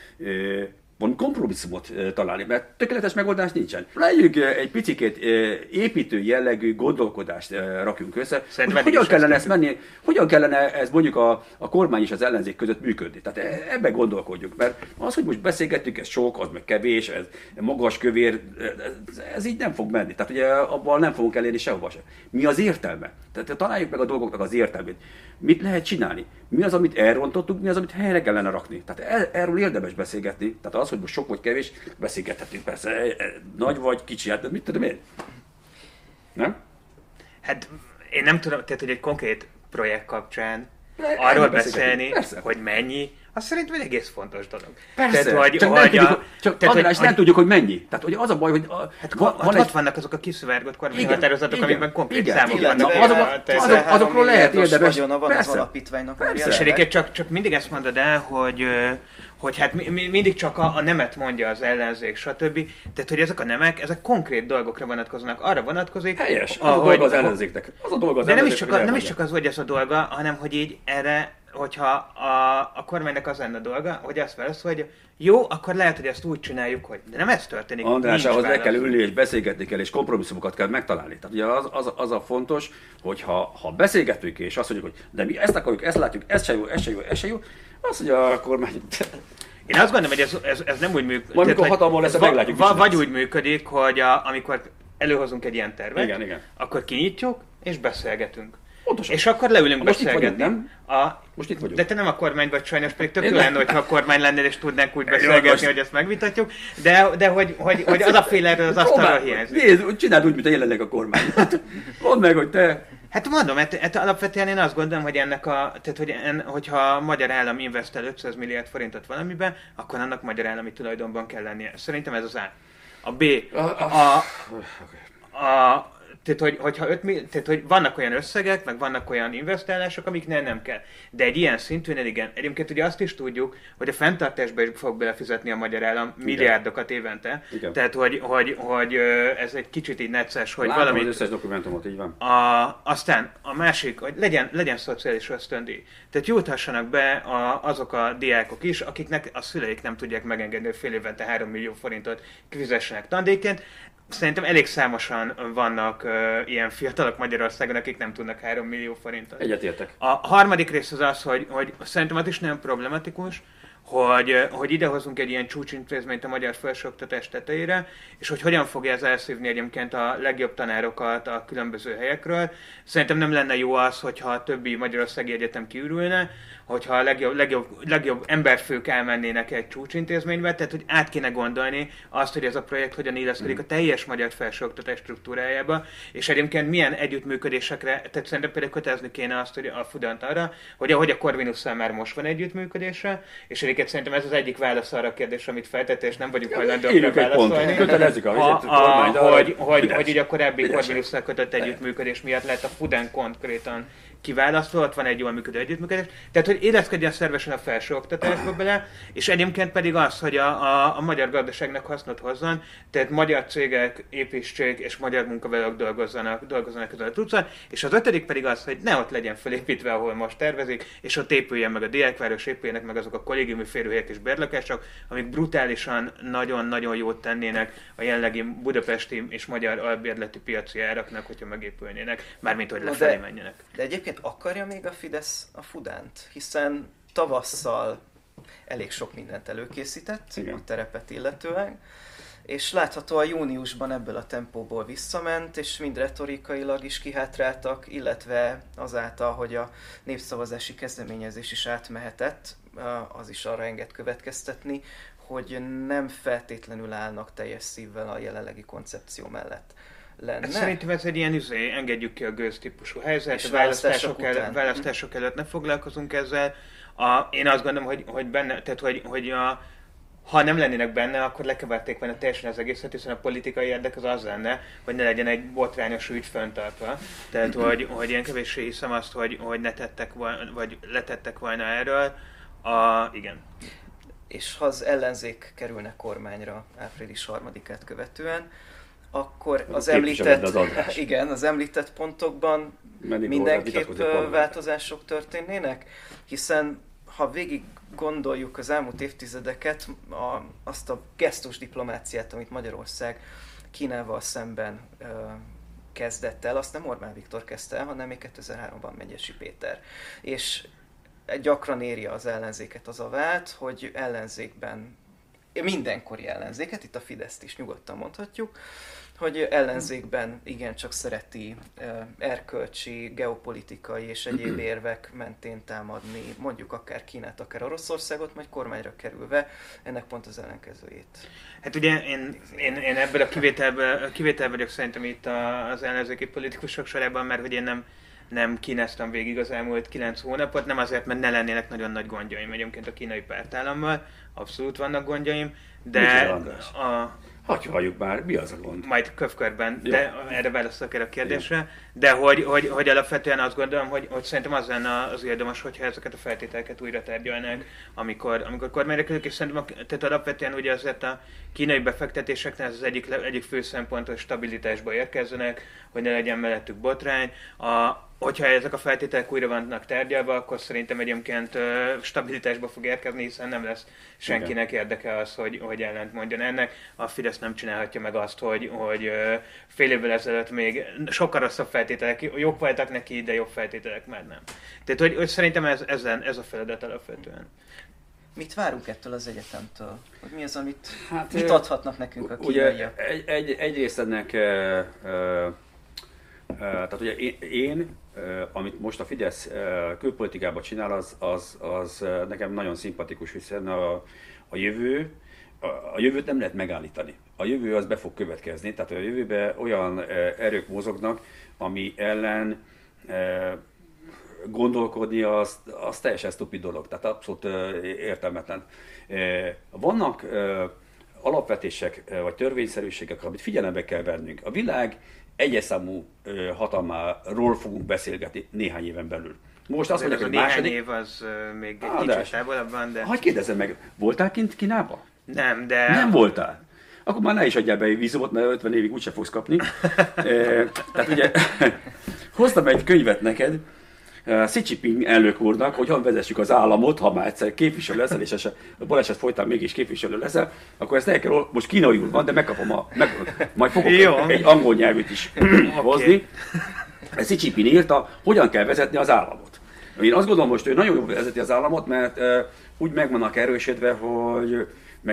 kompromisszumot találni, mert tökéletes megoldás nincsen. Legyünk egy picikét építő jellegű gondolkodást rakjunk össze, hogy hogyan kellene ezt menni, hogyan kellene ez mondjuk a kormány és az ellenzék között működni. Tehát ebben gondolkodjunk, mert az, hogy most beszélgettünk, ez sok, az meg kevés, ez magas, kövér, ez így nem fog menni. Tehát ugye abban nem fogunk elérni sehova sem. Mi az értelme? Tehát találjuk meg a dolgoknak az értelmét. Mit lehet csinálni? Mi az, amit elrontottuk, mi az, amit helyre kellene rakni? Tehát erről érdemes beszélgetni. Tehát az, hogy most sok vagy kevés, beszélgethetünk persze. Nagy vagy kicsi, hát mit tudom én? Nem? Hát én nem tudom, tehát hogy egy konkrét projekt kapcsán arról beszélni, hogy mennyi, az szerintem egy egész fontos dolog. Persze, tehát, nem tudjuk, hogy mennyi. Tehát hogy az a baj, hogy... ott vannak azok a kiszivárgott kormányhatározatok, amikben konkrét számok vannak. Azokról lehet érdemes. Van az alapítványnak. És egyébként csak mindig ezt mondod el, hogy hát mindig csak a nemet mondja az ellenzék, stb. Tehát, hogy ezek a nemek, ezek konkrét dolgokra vonatkoznak. Arra vonatkozik... Helyes, az a dolga az ellenzéknek. De nem is csak az, hogy ez a dolga, hanem hogy így erre, hogyha a kormánynak az lenne a dolga, hogy azt válaszol, hogy jó, akkor lehet, hogy ezt úgy csináljuk, hogy de nem ez történik. András, ahhoz le kell ülni, és beszélgetni kell, és kompromisszumokat kell megtalálni. Tehát ugye az a fontos, hogy ha beszélgetünk, és azt mondjuk, hogy de mi ezt akarjuk, ezt látjuk, ez se jó, azt mondja a kormány... Én azt gondolom, hogy ez nem úgy működik. Majd amikor hatalmon lesz, meglátjuk. Vagy úgy működik, hogy amikor előhozunk egy ilyen tervet, igen. Akkor kinyitjuk, és beszélgetünk. Pontosan. És akkor leülünk most beszélgetni. Itt vagyunk, nem? Most itt vagyunk. De te nem a kormány vagy sajnos, pedig tök jó lenne, hogyha a kormány lennél, és tudnánk úgy beszélgetni, hogy ezt megvitatjuk. De hogy az a fél erről az asztalról hiányzik. Nézd, csináld úgy, mint a jelenleg a kormány. Mondd meg, hogy te... Hát mondom, alapvetően én azt gondolom, hogy hogyha a magyar állam investál 500 milliárd forintot valamiben, akkor annak magyar állami tulajdonban kell lennie. Szerintem ez az A. A B. Tehát, hogy vannak olyan összegek, meg vannak olyan investálások, amiknél nem kell. De egy ilyen szintűnél igen. Egyébként ugye azt is tudjuk, hogy a fenntartásba is fog belefizetni a magyar állam milliárdokat évente. Igen. Tehát, hogy ez egy kicsit így necces, hogy valami... az összes dokumentumot, így van. Aztán a másik, hogy legyen szociális ösztöndíj. Tehát juthassanak be azok a diákok is, akiknek a szüleik nem tudják megengedni, hogy fél évente 3 millió forintot fizessenek tandíjként. Szerintem elég számosan vannak ilyen fiatalok Magyarországon, akik nem tudnak 3 millió forintot. Egyetértek. A harmadik rész az hogy szerintem az is nagyon problematikus, hogy idehozunk egy ilyen csúcsintézményt a magyar felsőoktatás tetejére, és hogy hogyan fogja ez elszívni egyébként a legjobb tanárokat a különböző helyekről. Szerintem nem lenne jó az, hogyha a többi magyarországi egyetem kiürülne, hogyha a legjobb emberfők elmennének egy csúcsintézménybe, tehát hogy át kéne gondolni azt, hogy ez a projekt hogyan illeszkedik a teljes magyar felsőoktatás struktúrájába, és egyébként milyen együttműködésekre, tehát szerintem például kötelezni kéne azt, hogy a Fudant arra, hogy ahogy a Corvinusszal már most van együttműködésre, és egyébként szerintem ez az egyik válasz arra a kérdésre, amit feltett, és nem vagyunk hajlandók válaszolni. Kötelezzük a kormányt, hogy így a korábbi Corvinusszal kötött együttműködés miatt lehet a Fudan konkrétan kiválasztva, ott van egy jól működő együttműködés. Tehát, hogy éleszkedjen szervesen a felsőoktatásba bele, és egyébként pedig az, hogy a magyar gazdaságnak hasznot hozzon, tehát magyar cégek építsék és magyar munkavállalók dolgozzanak ezen a cuccon, és az ötödik pedig az, hogy ne ott legyen felépítve, ahol most tervezik, és ott épüljen meg a diákváros, épüljenek meg azok a kollégiumi férőhelyek és bérlakások, amik brutálisan nagyon-nagyon jót tennének a jelenlegi budapesti és magyar albérleti piaci áraknak, hogyha megépülnének, mármint hogy lefelé menjenek. De egyébként akarja még a Fidesz a Fudánt? Hiszen tavasszal elég sok mindent előkészített Igen. a terepet illetően, és láthatóan júniusban ebből a tempóból visszament, és mind retorikailag is kihátráltak, illetve azáltal, hogy a népszavazási kezdeményezés is átmehetett, az is arra enged következtetni, hogy nem feltétlenül állnak teljes szívvel a jelenlegi koncepció mellett. Lenne. Szerintem ez egy ilyen engedjük ki a gőz típusú helyzet, És a választások előtt ne foglalkozunk ezzel. Én azt gondolom, hogy benne, tehát ha nem lennének benne, akkor lekeverték volna teljesen az egészet, hiszen a politikai érdek az lenne, hogy ne legyen egy botrányos ügy föntartva. Tehát, hogy én kevéssé hiszem azt, hogy ne tettek volna, vagy letettek volna erről. Igen. És ha az ellenzék kerülne kormányra április 3-át követően, akkor az említett pontokban mindenképp változások történnének, hiszen ha végig gondoljuk az elmúlt évtizedeket, azt a gesztus diplomáciát, amit Magyarország Kínával szemben kezdett el, azt nem Orbán Viktor kezdte el, hanem még 2003-ban Mengyessy Péter. És gyakran éri az ellenzéket az a vád, hogy ellenzékben, mindenkori ellenzéket, itt a Fideszt is nyugodtan mondhatjuk, hogy ellenzékben igencsak szereti erkölcsi, geopolitikai és egyéb érvek mentén támadni, mondjuk akár Kínát, akár Oroszországot, majd kormányra kerülve ennek pont az ellenkezőjét. Hát ugye én ebből a kivétel vagyok szerintem itt az ellenzéki politikusok sorában, mert hogy én nem kínáztam végig az elmúlt 9 hónapot, nem azért, mert ne lennének nagyon nagy gondjaim egyébként a kínai pártállammal, abszolút vannak gondjaim, de Hagyj halljuk már, mi az a gond? Majd kövkörben, de erre válaszolok erre a kérdésre. Jó. De hogy alapvetően azt gondolom, hogy szerintem az lenne az érdemes, hogyha ezeket a feltételeket újra tárgyalnák, amikor kormányra kerülünk, és szerintem tehát alapvetően ugye azért a kínai befektetéseknél ez az egyik fő szempont, hogy stabilitásba érkezzenek, hogy ne legyen mellettük botrány. Hogyha ezek a feltételek újra vannak tárgyalva, akkor szerintem egyébként stabilitásba fog érkezni, hiszen nem lesz senkinek érdeke az, hogy ellent mondjon ennek. A Fidesz nem csinálhatja meg azt, hogy fél évvel ezelőtt még sokkal rosszabb feltételek jók voltak neki, de jobb feltételek már nem. Tehát, hogy szerintem ez a feladat alapvetően. Mit várunk ettől az egyetemtől? Hogy mi az, mit adhatnak nekünk a kínaiak? Egyrészt ennek... Tehát ugye én, amit most a Fidesz külpolitikában csinál, az nekem nagyon szimpatikus, hiszen a jövőt nem lehet megállítani. A jövő az be fog következni, tehát a jövőben olyan erők mozognak, ami ellen gondolkodni az teljesen sztupid dolog, tehát abszolút értelmetlen. Vannak alapvetések vagy törvényszerűségek, amit figyelembe kell vennünk. A világ egyes számú hatalmáról fogunk beszélgetni néhány éven belül. Most azt mondják, hogy második... év az még egy kicsit távolabb van, de... Hagyj kérdezzem meg, voltál kint Kínában? Nem, de... Nem voltál? Akkor már ne is adjál be vízumot, mert 50 évig úgyse fogsz kapni. Tehát ugye hoztam egy könyvet neked, Xi Jinping elnök úrnak, hogy vezessük az államot, ha már egyszer képviselő leszel, és a baleset folytán mégis képviselő leszel, akkor ezt el kell, most kínaiul van, de megkapom majd fogok egy angol nyelvűt is hozni. Xi Jinping írta, hogyan kell vezetni az államot. Én azt gondolom, most ő nagyon jól vezeti az államot, mert úgy meg vannak erősödve, hogy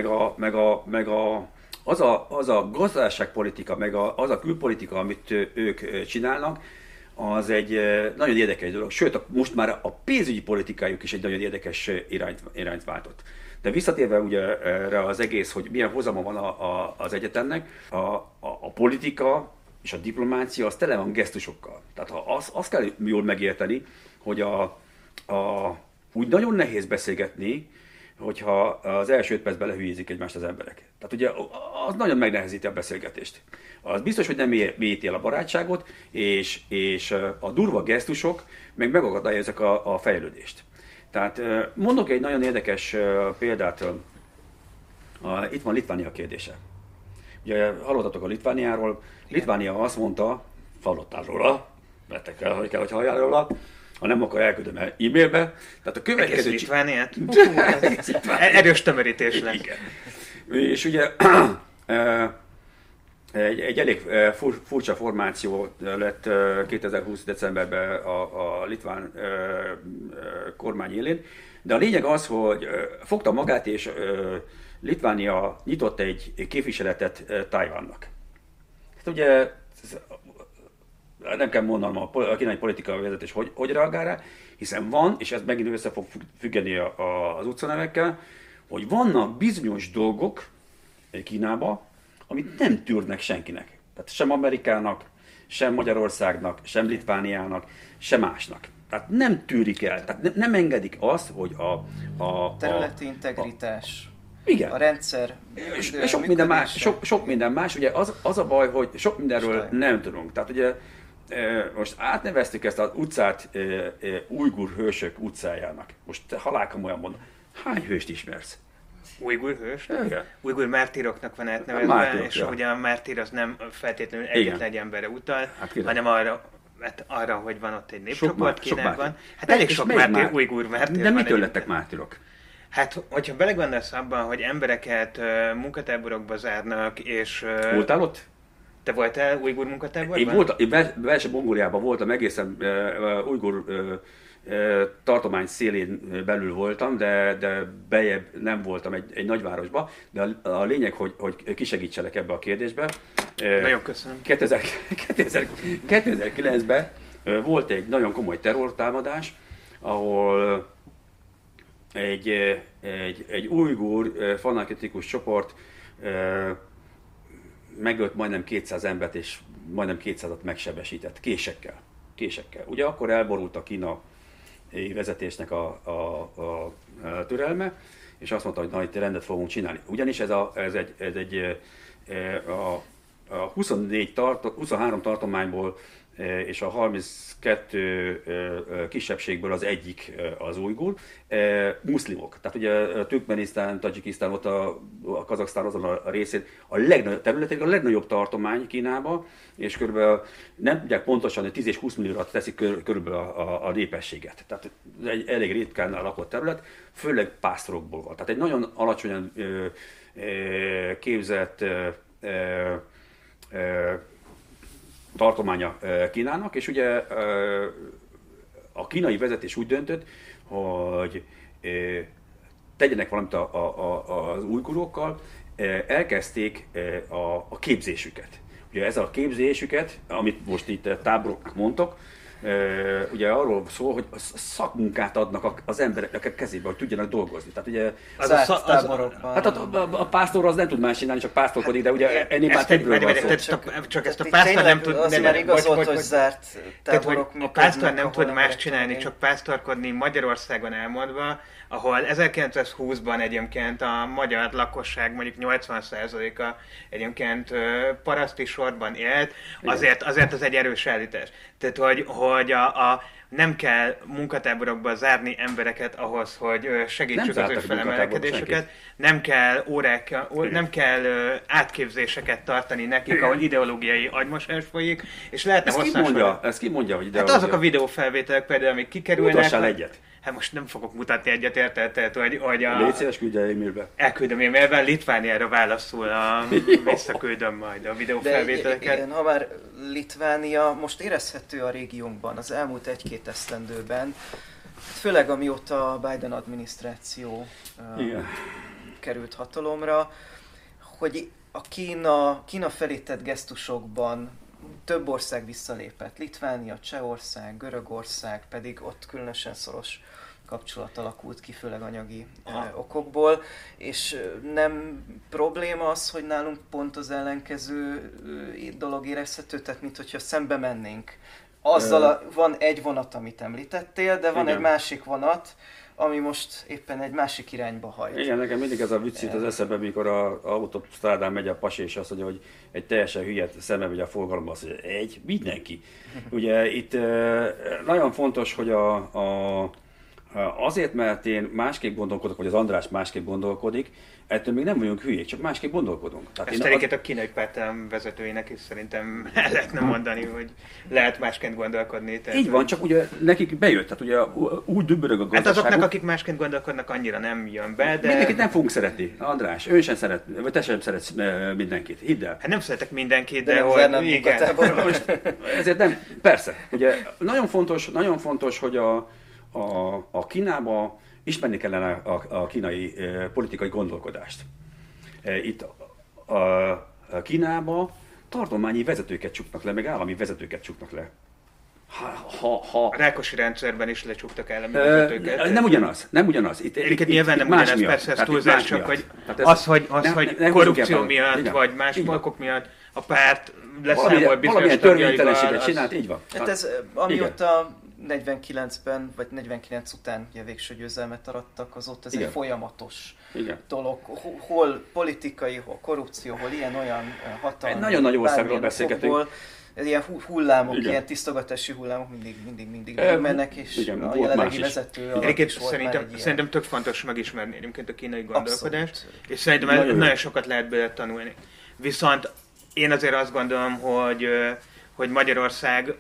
az a gazdaságpolitika, meg az a külpolitika, amit ők csinálnak, az egy nagyon érdekes dolog. Sőt, most már a pénzügyi politikájuk is egy nagyon érdekes irányt váltott. De visszatérve ugye erre az egész, hogy milyen hozama van az egyetemnek, a politika és a diplomácia az tele van gesztusokkal. Tehát azt kell jól megérteni, hogy úgy nagyon nehéz beszélgetni, hogyha az első 5 percben lehülyézik egymást az emberek. Tehát ugye az nagyon megnehezíti a beszélgetést. Az biztos, hogy nem mélyíti el a barátságot, és a durva gesztusok megakadályozzák a fejlődést. Tehát mondok egy nagyon érdekes példát. Itt van Litvánia kérdése. Ugye hallottatok a Litvániáról. Litvánia azt mondta, hallottál róla, vettek el, hogy halljál róla, ha nem, akkor elküldöm e-mailbe. Tehát a következő... Egész Litvániát? Erős tömörítés lesz. Igen. És ugye egy elég furcsa formáció lett 2020. decemberben a litván kormány élén, De a lényeg az, hogy fogta magát, és Litvánia nyitott egy képviseletet Tajvannak. Hát ugye nem kell mondanom a kínai politikai vezetés, hogy reagál rá, hiszen van, és ez megint össze fog függeni az utcanevekkel, hogy vannak bizonyos dolgok Kínában, amit nem tűrnek senkinek. Tehát sem Amerikának, sem Magyarországnak, sem Litvániának, sem másnak. Tehát nem tűrik el, tehát nem engedik azt, hogy a területi integritás, igen. A rendszer, és sok minden más, ugye az a baj, hogy sok mindenről nem tudunk. Tehát ugye most átneveztük ezt az utcát ujgur hősök utcájának. Most halálkomolyan mondom, hány hőst ismersz? Ujgur hős? Igen. Ujgur mártíroknak van átnevezve, és ugye a mártír az nem feltétlenül egyetlen egy emberre utal, hanem arra, hogy van ott egy népcsoport Kínában. Hát elég sok ujgur mártír de van. mitől lettek mártírok? Hát, hogyha belegondolsz abban, hogy embereket munkatáborokba zárnak, és... Voltál ott? Te voltál ujgur munkatáborban? Én voltam, Belső-Mongóliában voltam, egészen ujgur tartomány szélén belül voltam, de bejebb nem voltam egy nagyvárosban, de a lényeg, hogy kisegítselek ebbe a kérdésbe. Nagyon köszönöm. 2009-ben volt egy nagyon komoly terrortámadás, ahol egy ujgur fanatikus csoport megölt majdnem 200 embert, és majdnem 200-at megsebesített késekkel. Ugye akkor elborult a kínai vezetésnek a türelme, és azt mondta, hogy na, itt rendet fogunk csinálni. Ugyanis ez a 23 tartományból és a 32 kisebbségből az egyik az ujgur, muszlimok. Tehát ugye Türkmenisztán, Tadzsikisztán, ott a Kazaksztán azon a részén a legnagyobb területek, a legnagyobb tartomány Kínában, és körülbelül nem tudják pontosan, hogy 10 és 20 millióra teszik körülbelül a népességet. Tehát egy elég ritkán lakott terület, főleg pásztorokból van. Tehát egy nagyon alacsonyan képzett tartománya Kínának, és ugye a kínai vezetés úgy döntött, hogy tegyenek valamit az ujgurokkal, elkezdték a képzésüket. Ugye ez a képzésüket, amit most itt táboroknak mondtok, ugye arról szól, hogy szakmunkát adnak az embereknek a kezébe, hogy tudjanak dolgozni. Tehát ugye hát a pásztor az nem tud más csinálni, csak pásztorkodik, de ugye ennél már többről van szó. Csak ezt a pásztor nem tud... Az már igaz volt, hogy zárt táborok. A pásztor nem tud más csinálni, csak pásztorkodni, Magyarországon elmondva, ahol 1920-ban egyébként a magyar lakosság mondjuk 80%-a egyébként paraszti sorban élt, azért az egy erős állítás. Tehát, hogy nem kell munkatáborokba zárni embereket ahhoz, hogy segítsük az ő felemelkedésüket, nem kell átképzéseket tartani nekik, ahol ideológiai agymosás folyik, és lehetne hosszan... Ezt ki mondja, hogy ideológia? Hát azok a videófelvételek például, amik kikerülnek... Mutassál egyet. Hát most nem fogok mutatni egyet, érted? Tehát, hogy Légy szíves, küldje e-mailbe. Elküldöm e-mailben, Litvániára válaszul, visszaküldöm majd a videófelvételeket. Igen, ha már Litvánia most érezhető a régiónkban az elmúlt 1-2 esztendőben, főleg amióta a Biden adminisztráció került hatalomra, hogy a Kína felé tett gesztusokban több ország visszalépett. Litvánia, Csehország, Görögország, pedig ott különösen szoros kapcsolat alakult ki, főleg anyagi okokból, és nem probléma az, hogy nálunk pont az ellenkező dolog érezhető, tehát mint hogyha szembe mennénk. Azzal van egy vonat, amit említettél, de van egy másik vonat, ami most éppen egy másik irányba hajt. Igen, nekem mindig ez a vicc jut az eszembe, mikor az autósztrádán megy a pasi, és azt mondja, hogy egy teljesen hülye szembe megy a forgalomba, azt mondja, mindenki. Ugye itt nagyon fontos, hogy azért, mert én másképp gondolkodok, vagy az András másképp gondolkodik, ettől még nem vagyunk hülyék, csak másképp gondolkodunk. Ezt egyébként a kínai párt vezetőinek is szerintem el lehetne mondani, hogy lehet másként gondolkodni. Tehát, így van, csak ugye nekik bejött, tehát ugye úgy dübörög a gazdaságuk. Hát azoknak, akik másként gondolkodnak, annyira nem jön be, de... Mindenkit nem fogunk szeretni, András, ő sem szeret, vagy te sem szeretsz mindenkit, hidd el. Hát nem szeretek mindenkit, de hogy igen. Ezért nem, persze, ugye nagyon fontos, hogy a Kínában ismerni kellene a kínai politikai gondolkodást. Itt Kínában tartományi vezetőket csuknak le, meg állami vezetőket csuknak le. A Rákosi rendszerben is lecsuktak állami vezetőket. Nem ugyanaz. Itt nyilván nem ugyanaz, persze ez túlzás, csak hogy hogy korrupció miatt, vagy más okok miatt a párt leszámol bizonyos törvénytelenséget csinált, így van. Hát ez amióta 49-ben, vagy 49 után ugye végső győzelmet arattak, azóta ez egy folyamatos dolog. Hol politikai, hol korrupció, hol ilyen-olyan hatalmi. Egy nagyon nagy országról beszélgetünk. Ilyen hullámok, ilyen tisztogatási hullámok mindig mennek, és a jelenlegi vezető szerintem tök fontos megismerni egyébként a kínai gondolkodást, és szerintem nagyon sokat lehet belőle tanulni. Viszont én azért azt gondolom, hogy Magyarország,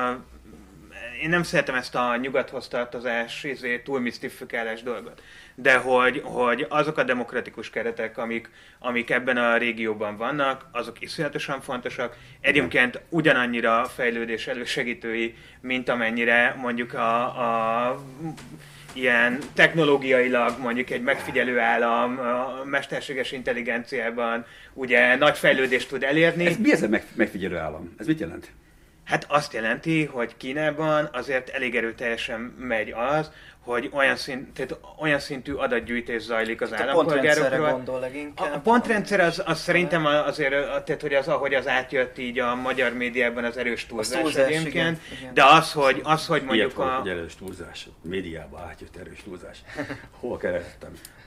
én nem szeretem ezt a nyugathoz tartozás, túl misztifikálás dolgot, de hogy azok a demokratikus keretek, amik ebben a régióban vannak, azok iszonyatosan fontosak. Egyébként ugyanannyira fejlődés elősegítői, mint amennyire mondjuk a ilyen technológiailag mondjuk egy megfigyelő állam a mesterséges intelligenciában ugye nagy fejlődést tud elérni. Mi ez a megfigyelő állam? Ez mit jelent? Hát azt jelenti, hogy Kínában azért elég erőteljesen megy az, hogy olyan szintű adatgyűjtés zajlik az állampolgárokról. A pontrendszer az szerintem azért, tehát, hogy ahogy az átjött így a magyar médiában az erős túlzás egyébként, igen. De az, hogy mondjuk hogy erős túlzás, médiában átjött erős túlzás. Hol kerestem?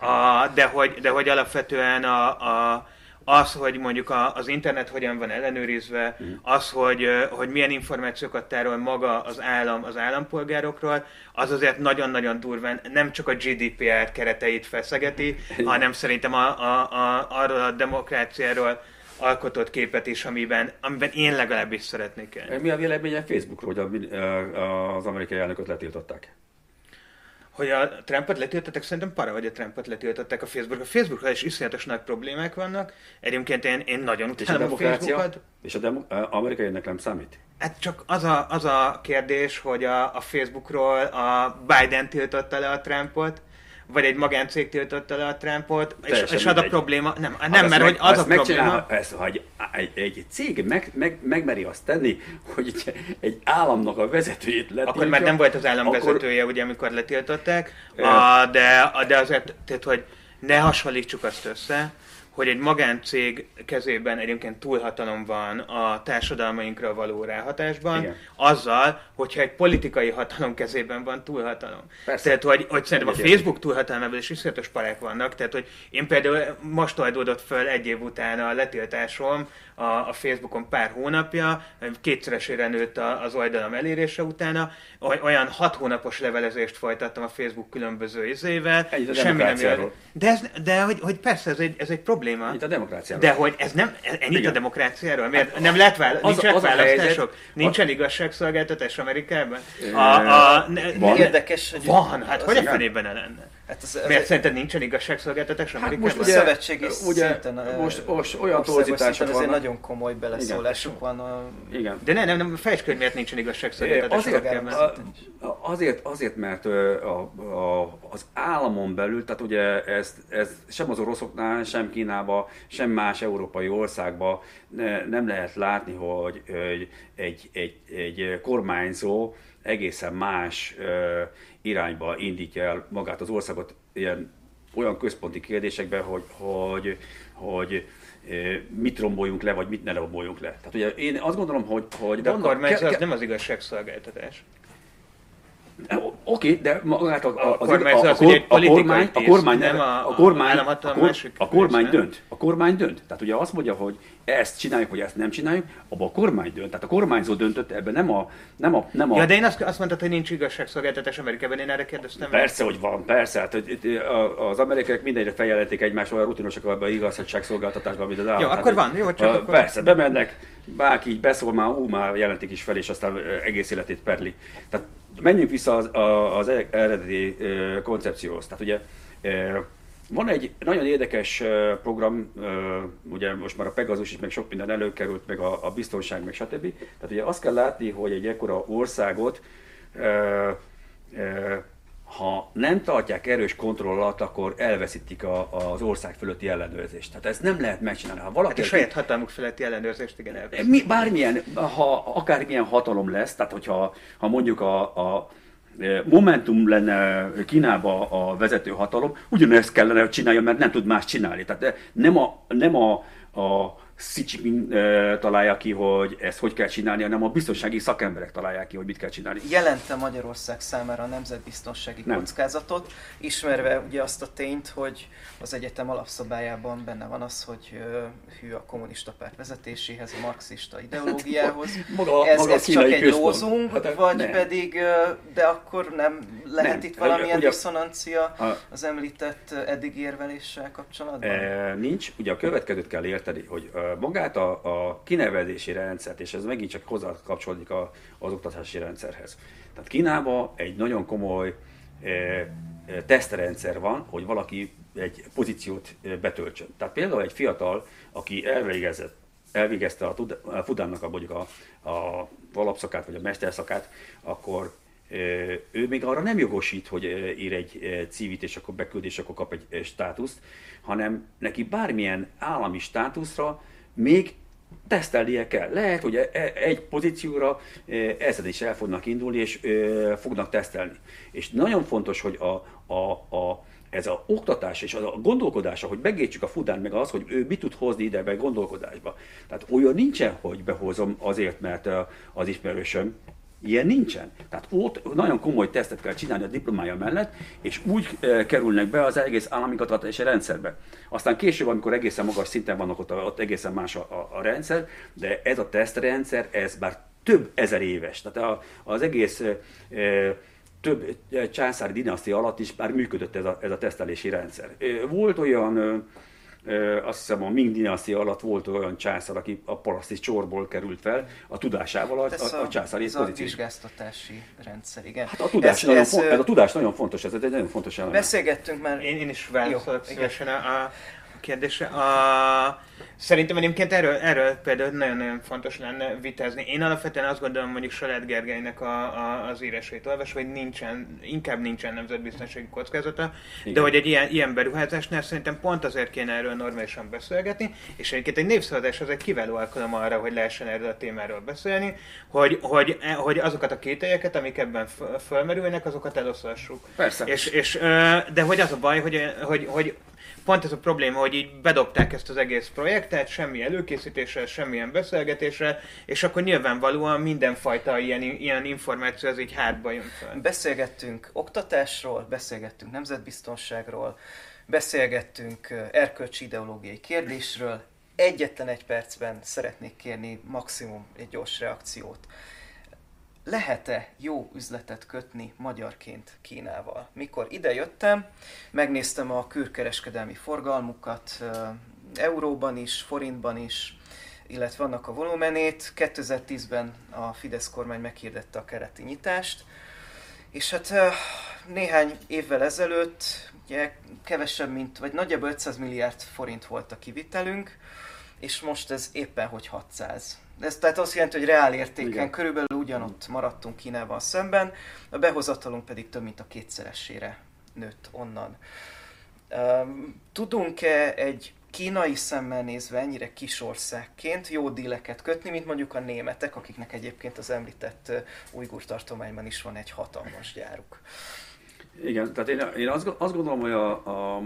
De hogy alapvetően az, hogy mondjuk az internet hogyan van ellenőrizve, az, hogy milyen információkat tárol maga az állam az állampolgárokról, az azért nagyon-nagyon durván nem csak a GDPR kereteit feszegeti, hanem szerintem arról a demokráciáról alkotott képet is, amiben én legalábbis szeretnék élni. Mi a véleménye Facebookról, hogy az amerikai elnököt letiltották? Hogy a Trumpot letiltották, szerintem para, hogy a Trumpot letiltották a Facebookra. A Facebookra is iszonyatos nagy problémák vannak. Egyébként én nagyon utálom a Facebookot. És amerikainak nem számít? Hát csak az a kérdés, hogy a Facebookról a Biden tiltotta le a Trumpot, vagy egy magáncég tiltotta le a Trumpot, és az a probléma, nem mert hogy az a probléma. Ha egy cég megmeri azt tenni, hogy egy államnak a vezetőjét letiltja. Akkor már nem volt az állam vezetője, ugye, amikor letiltották, de azért, tehát, hogy ne hasonlítsuk azt össze, hogy egy magáncég kezében egyébként túlhatalom van a társadalmainkra való ráhatásban, igen. Azzal, hogyha egy politikai hatalom kezében van túlhatalom. Persze. Tehát, hogy szerintem a Facebook túlhatalmával is iszonyatos parák vannak, tehát, hogy én például most oldódott föl egy év után a letiltásom a Facebookon pár hónapja, kétszeresére nőtt az oldalam elérése utána, olyan 6 hónapos levelezést folytattam a Facebook különböző izével, semmi nem jön. De hogy persze, ez egy probléma. Itt a demokráciáról. De hogy ez nem, ennyit a demokráciáról? Miért nem lehet nincsenek választások? Nincsen igazságszolgáltatás Amerikában? Van. Érdekes, hogy... Van, hát hogy a fenében ne lenne? Miért szerinted nincsen igazságszolgáltatás Amerikában? Most ugye szövetségi szinten most olyan torzítások vannak. Nagyon komoly beleszólásuk van. Igen. De nem fejtsd ki, hogy miért nincsen igazságszolgáltatás Amerikában. Azért, mert az államon belül, tehát ugye ez sem az oroszoknál, sem Kínában, sem más európai országban nem lehet látni, hogy egy kormányzó egészen más irányba indítja el magát az országot olyan központi kérdésekben, hogy mit romboljunk le, vagy mit ne romboljunk le. Tehát ugye én azt gondolom, hogy de a kormányzó az nem az igazságszolgáltatás. Oké, de magát a kormány dönt. Tehát ugye azt mondja, hogy ezt csináljuk, vagy ezt nem csináljuk, abban a kormány dönt. Tehát a kormányzó döntött, ebben nem a... Ja, de én azt mondtad, hogy nincs igazságszolgáltatás Amerikában, én erre kérdeztem. Persze, hogy van, persze. Hát, az amerikaiak mindenre feljelentik egymást, olyan rutinosak abban igazságszolgáltatásban, mint az állam. Jó, akkor van, jó, csak akkor... Persze, bemennek, bárki így beszól, már jelentik is fel, és aztán egész életét perli. Tehát menjünk vissza az eredeti koncepcióhoz. Tehát ugye van egy nagyon érdekes program, ugye most már a Pegasus is, meg sok minden előkerült, meg a biztonság, meg stb. Tehát ugye azt kell látni, hogy egy ekkora országot ha nem tartják erős kontroll alatt, akkor elveszítik az ország fölötti ellenőrzést. Tehát ezt nem lehet megcsinálni. Ha valaki Hát a saját hatalmuk feletti ellenőrzést igen elveszítik. Bármilyen, akármilyen hatalom lesz, tehát hogyha ha mondjuk a Momentum lenne Kínában a vezető hatalom, ugyanezt kellene, hogy csinálja, mert nem tud más csinálni. Tehát nem a Xi Jinping találja ki, hogy ezt hogy kell csinálni, hanem a biztonsági szakemberek találják ki, hogy mit kell csinálni. Jelente Magyarország számára a nemzetbiztonsági kockázatot, ismerve ugye azt a tényt, hogy az egyetem alapszabályában benne van az, hogy hű a kommunista párt vezetéséhez, a marxista ideológiához. Ez csak egy lózung, vagy nem. Pedig, de akkor nem lehet nem. Itt valamilyen diszonancia az említett eddig érveléssel kapcsolatban? Nincs. Ugye a következőt kell érteni, hogy magát a kinevezési rendszert, és ez megint csak hozzá kapcsolódik az oktatási rendszerhez. Tehát Kínában egy nagyon komoly tesztrendszer van, hogy valaki egy pozíciót betöltsön. Tehát például egy fiatal, aki elvégezte a Fudannak a alapszakát vagy a mesterszakát, akkor ő még arra nem jogosít, hogy ír egy cívit, és akkor beküld, és akkor kap egy státuszt, hanem neki bármilyen állami státuszra még tesztelnie kell. Lehet, hogy egy pozícióra ezzel is el fognak indulni, és fognak tesztelni. És nagyon fontos, hogy ez az oktatás és a gondolkodása, hogy megértsük a Fudán, meg az, hogy ő mit tud hozni ide be gondolkodásba. Tehát olyan nincsen, hogy behozom azért, mert az ismerősöm. Ilyen nincsen. Tehát ott nagyon komoly tesztet kell csinálni a diplomája mellett, és úgy kerülnek be az egész állami oktatási rendszerbe. Aztán később, amikor egészen magas szinten vannak ott egészen más a rendszer, de ez a tesztrendszer, ez bár több ezer éves. Tehát az egész több császári dinasztia alatt is már működött ez a tesztelési rendszer. Volt olyan, azt hiszem a Ming dinasztia alatt volt olyan császár, aki a paraszti csorból került fel a tudásával a császári pozíciót. Ez a vizsgáztatási rendszer, igen. Hát a tudás nagyon fontos, ez egy nagyon fontos elem. Beszélgettünk már. Én is válaszolok szívesen a kérdésre. Szerintem egyébként erről például nagyon-nagyon fontos lenne vitázni. Én alapvetően azt gondolom, mondjuk Salát Gergelynek az írásait olvasva, hogy inkább nincsen nemzetbiztonsági kockázata, igen. De hogy egy ilyen beruházásnál szerintem pont azért kéne erről normálisan beszélgetni, és egyébként egy népszavazás az egy kiváló alkalom arra, hogy lehessen erről a témáról beszélni, hogy azokat a kételyeket, amik ebben fölmerülnek, azokat eloszlassuk. Persze. De hogy az a baj, hogy pont ez a probléma, hogy így bedobták ezt az egész projektet, semmi előkészítéssel, semmilyen beszélgetéssel, és akkor nyilvánvalóan mindenfajta ilyen információ az így hátba jön fel. Beszélgettünk oktatásról, beszélgettünk nemzetbiztonságról, beszélgettünk erkölcsi ideológiai kérdésről. Egyetlen egy percben szeretnék kérni maximum egy gyors reakciót. Lehet-e jó üzletet kötni magyarként Kínával? Mikor idejöttem, megnéztem a külkereskedelmi forgalmukat, euróban is, forintban is, illetve annak a volumenét. 2010-ben a Fidesz kormány meghirdette a keleti nyitást, és hát néhány évvel ezelőtt ugye kevesebb, vagy nagyjából 500 milliárd forint volt a kivitelünk, és most ez éppen hogy 600. Ez tehát azt jelenti, hogy reál értéken igen. Körülbelül ugyanott maradtunk Kínával szemben, a behozatalunk pedig több mint a kétszeresére nőtt onnan. Tudunk-e egy kínai szemmel nézve ennyire kis országként jó díleket kötni, mint mondjuk a németek, akiknek egyébként az említett ujgur tartományban is van egy hatalmas gyáruk? Igen, tehát én azt gondolom, hogy a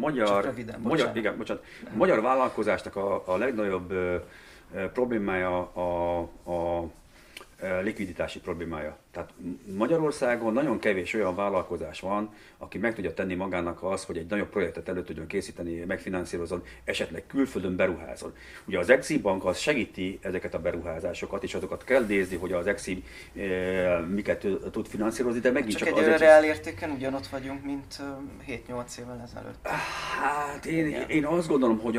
magyar vállalkozásnak a legnagyobb problémája a likviditási problémája. Tehát Magyarországon nagyon kevés olyan vállalkozás van, aki meg tudja tenni magának azt, hogy egy nagyobb projektet elő tudjon készíteni, megfinanszírozzon, esetleg külföldön beruházon. Ugye az Exim Bank az segíti ezeket a beruházásokat, és azokat kell nézni, hogy az Exim miket tud finanszírozni, de megint csak egy olyan reál értéken ugyanott vagyunk, mint 7-8 évvel ezelőtt. Hát én azt gondolom, hogy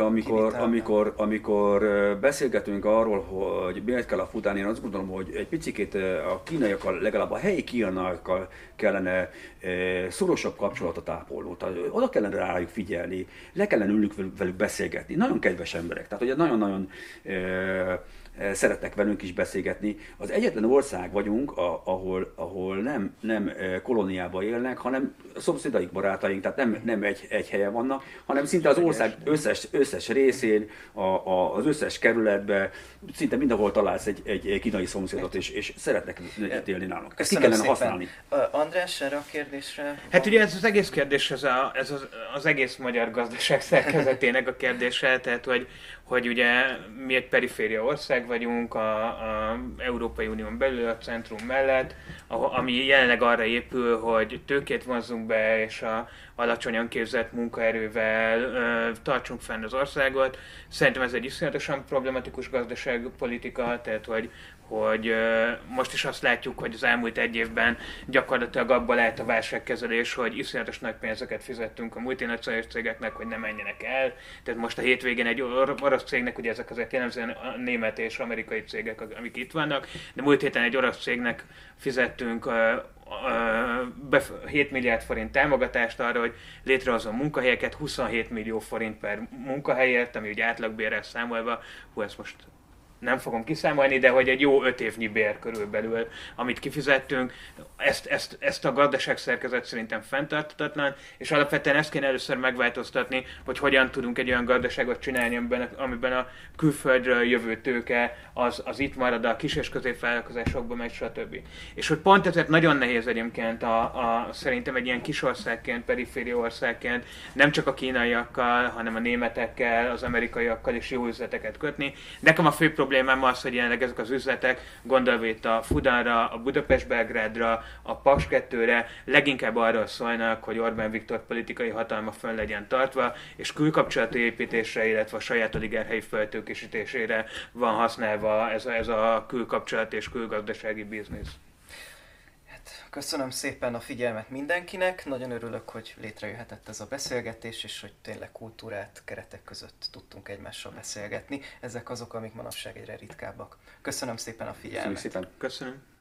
amikor beszélgetünk arról, hogy miért kell a Fudán, én azt gondolom, hogy egy picikét a kínaiakkal legalább a helyi kianakkal kellene szorosabb kapcsolatot ápolni. Oda kellene rájuk figyelni, le kellene ülnünk velük beszélgetni. Nagyon kedves emberek, tehát ugye nagyon-nagyon szeretnek velünk is beszélgetni. Az egyetlen ország vagyunk, ahol nem kolóniában élnek, hanem szomszédaik, barátaink, tehát nem egy helyen vannak, hanem szinte az ország összes részén, az összes kerületben, szinte mindenhol találsz egy kínai szomszédot, és szeretnek itt élni nálunk. Ezt ki kellene használni. András, erre a kérdésre? Hát ugye ez az egész kérdés, ez az egész magyar gazdaság szerkezetének a kérdése, tehát hogy ugye mi egy periféria ország vagyunk, a Európai Unión belül, a centrum mellett, ami jelenleg arra épül, hogy tőkét vonzunk be, és a alacsonyan képzett munkaerővel tartsunk fenn az országot. Szerintem ez egy iszonyatosan problematikus gazdaságpolitika, tehát hogy most is azt látjuk, hogy az elmúlt egy évben gyakorlatilag abból állt a válságkezelés, hogy iszonyatos nagy pénzeket fizettünk a multinacionális cégeknek, hogy ne menjenek el. Tehát most a hétvégén egy orosz cégnek, ugye ezek azért jellemzően a német és amerikai cégek, amik itt vannak, de múlt héten egy orosz cégnek fizettünk 7 milliárd forint támogatást arra, hogy létrehozzon munkahelyeket, 27 millió forint per munkahelyért, ami ugye átlagbérrel számolva, ezt most nem fogom kiszámolni, de hogy egy jó 5 évnyi bér körülbelül, amit kifizettünk, ezt a gazdaságszerkezet szerintem fenntarthatatlan, és alapvetően ezt kéne először megváltoztatni, hogy hogyan tudunk egy olyan gazdaságot csinálni, amiben a külföldről jövő tőke az itt marad, a kis és középvállalkozásokban megy, stb. És hogy pont ezért nagyon nehéz egyébként szerintem egy ilyen kis országként, periféria országként nem csak a kínaiakkal, hanem a németekkel, az amerikaiakkal is jó üzleteket kötni. Nekem a fő problémám az, hogy jelenleg ezek az üzletek, gondolva itt a Fudanra, a Budapest-Belgrádra, a Paks 2-re, leginkább arról szólnak, hogy Orbán Viktor politikai hatalma fönn legyen tartva, és külkapcsolati építésre, illetve a saját oligarchai feltőkésítésére van használva ez a külkapcsolat és külgazdasági biznisz. Köszönöm szépen a figyelmet mindenkinek, nagyon örülök, hogy létrejöhetett ez a beszélgetés, és hogy tényleg kultúrát keretek között tudtunk egymással beszélgetni. Ezek azok, amik manapság egyre ritkábbak. Köszönöm szépen a figyelmet. Köszönöm szépen. Köszönöm.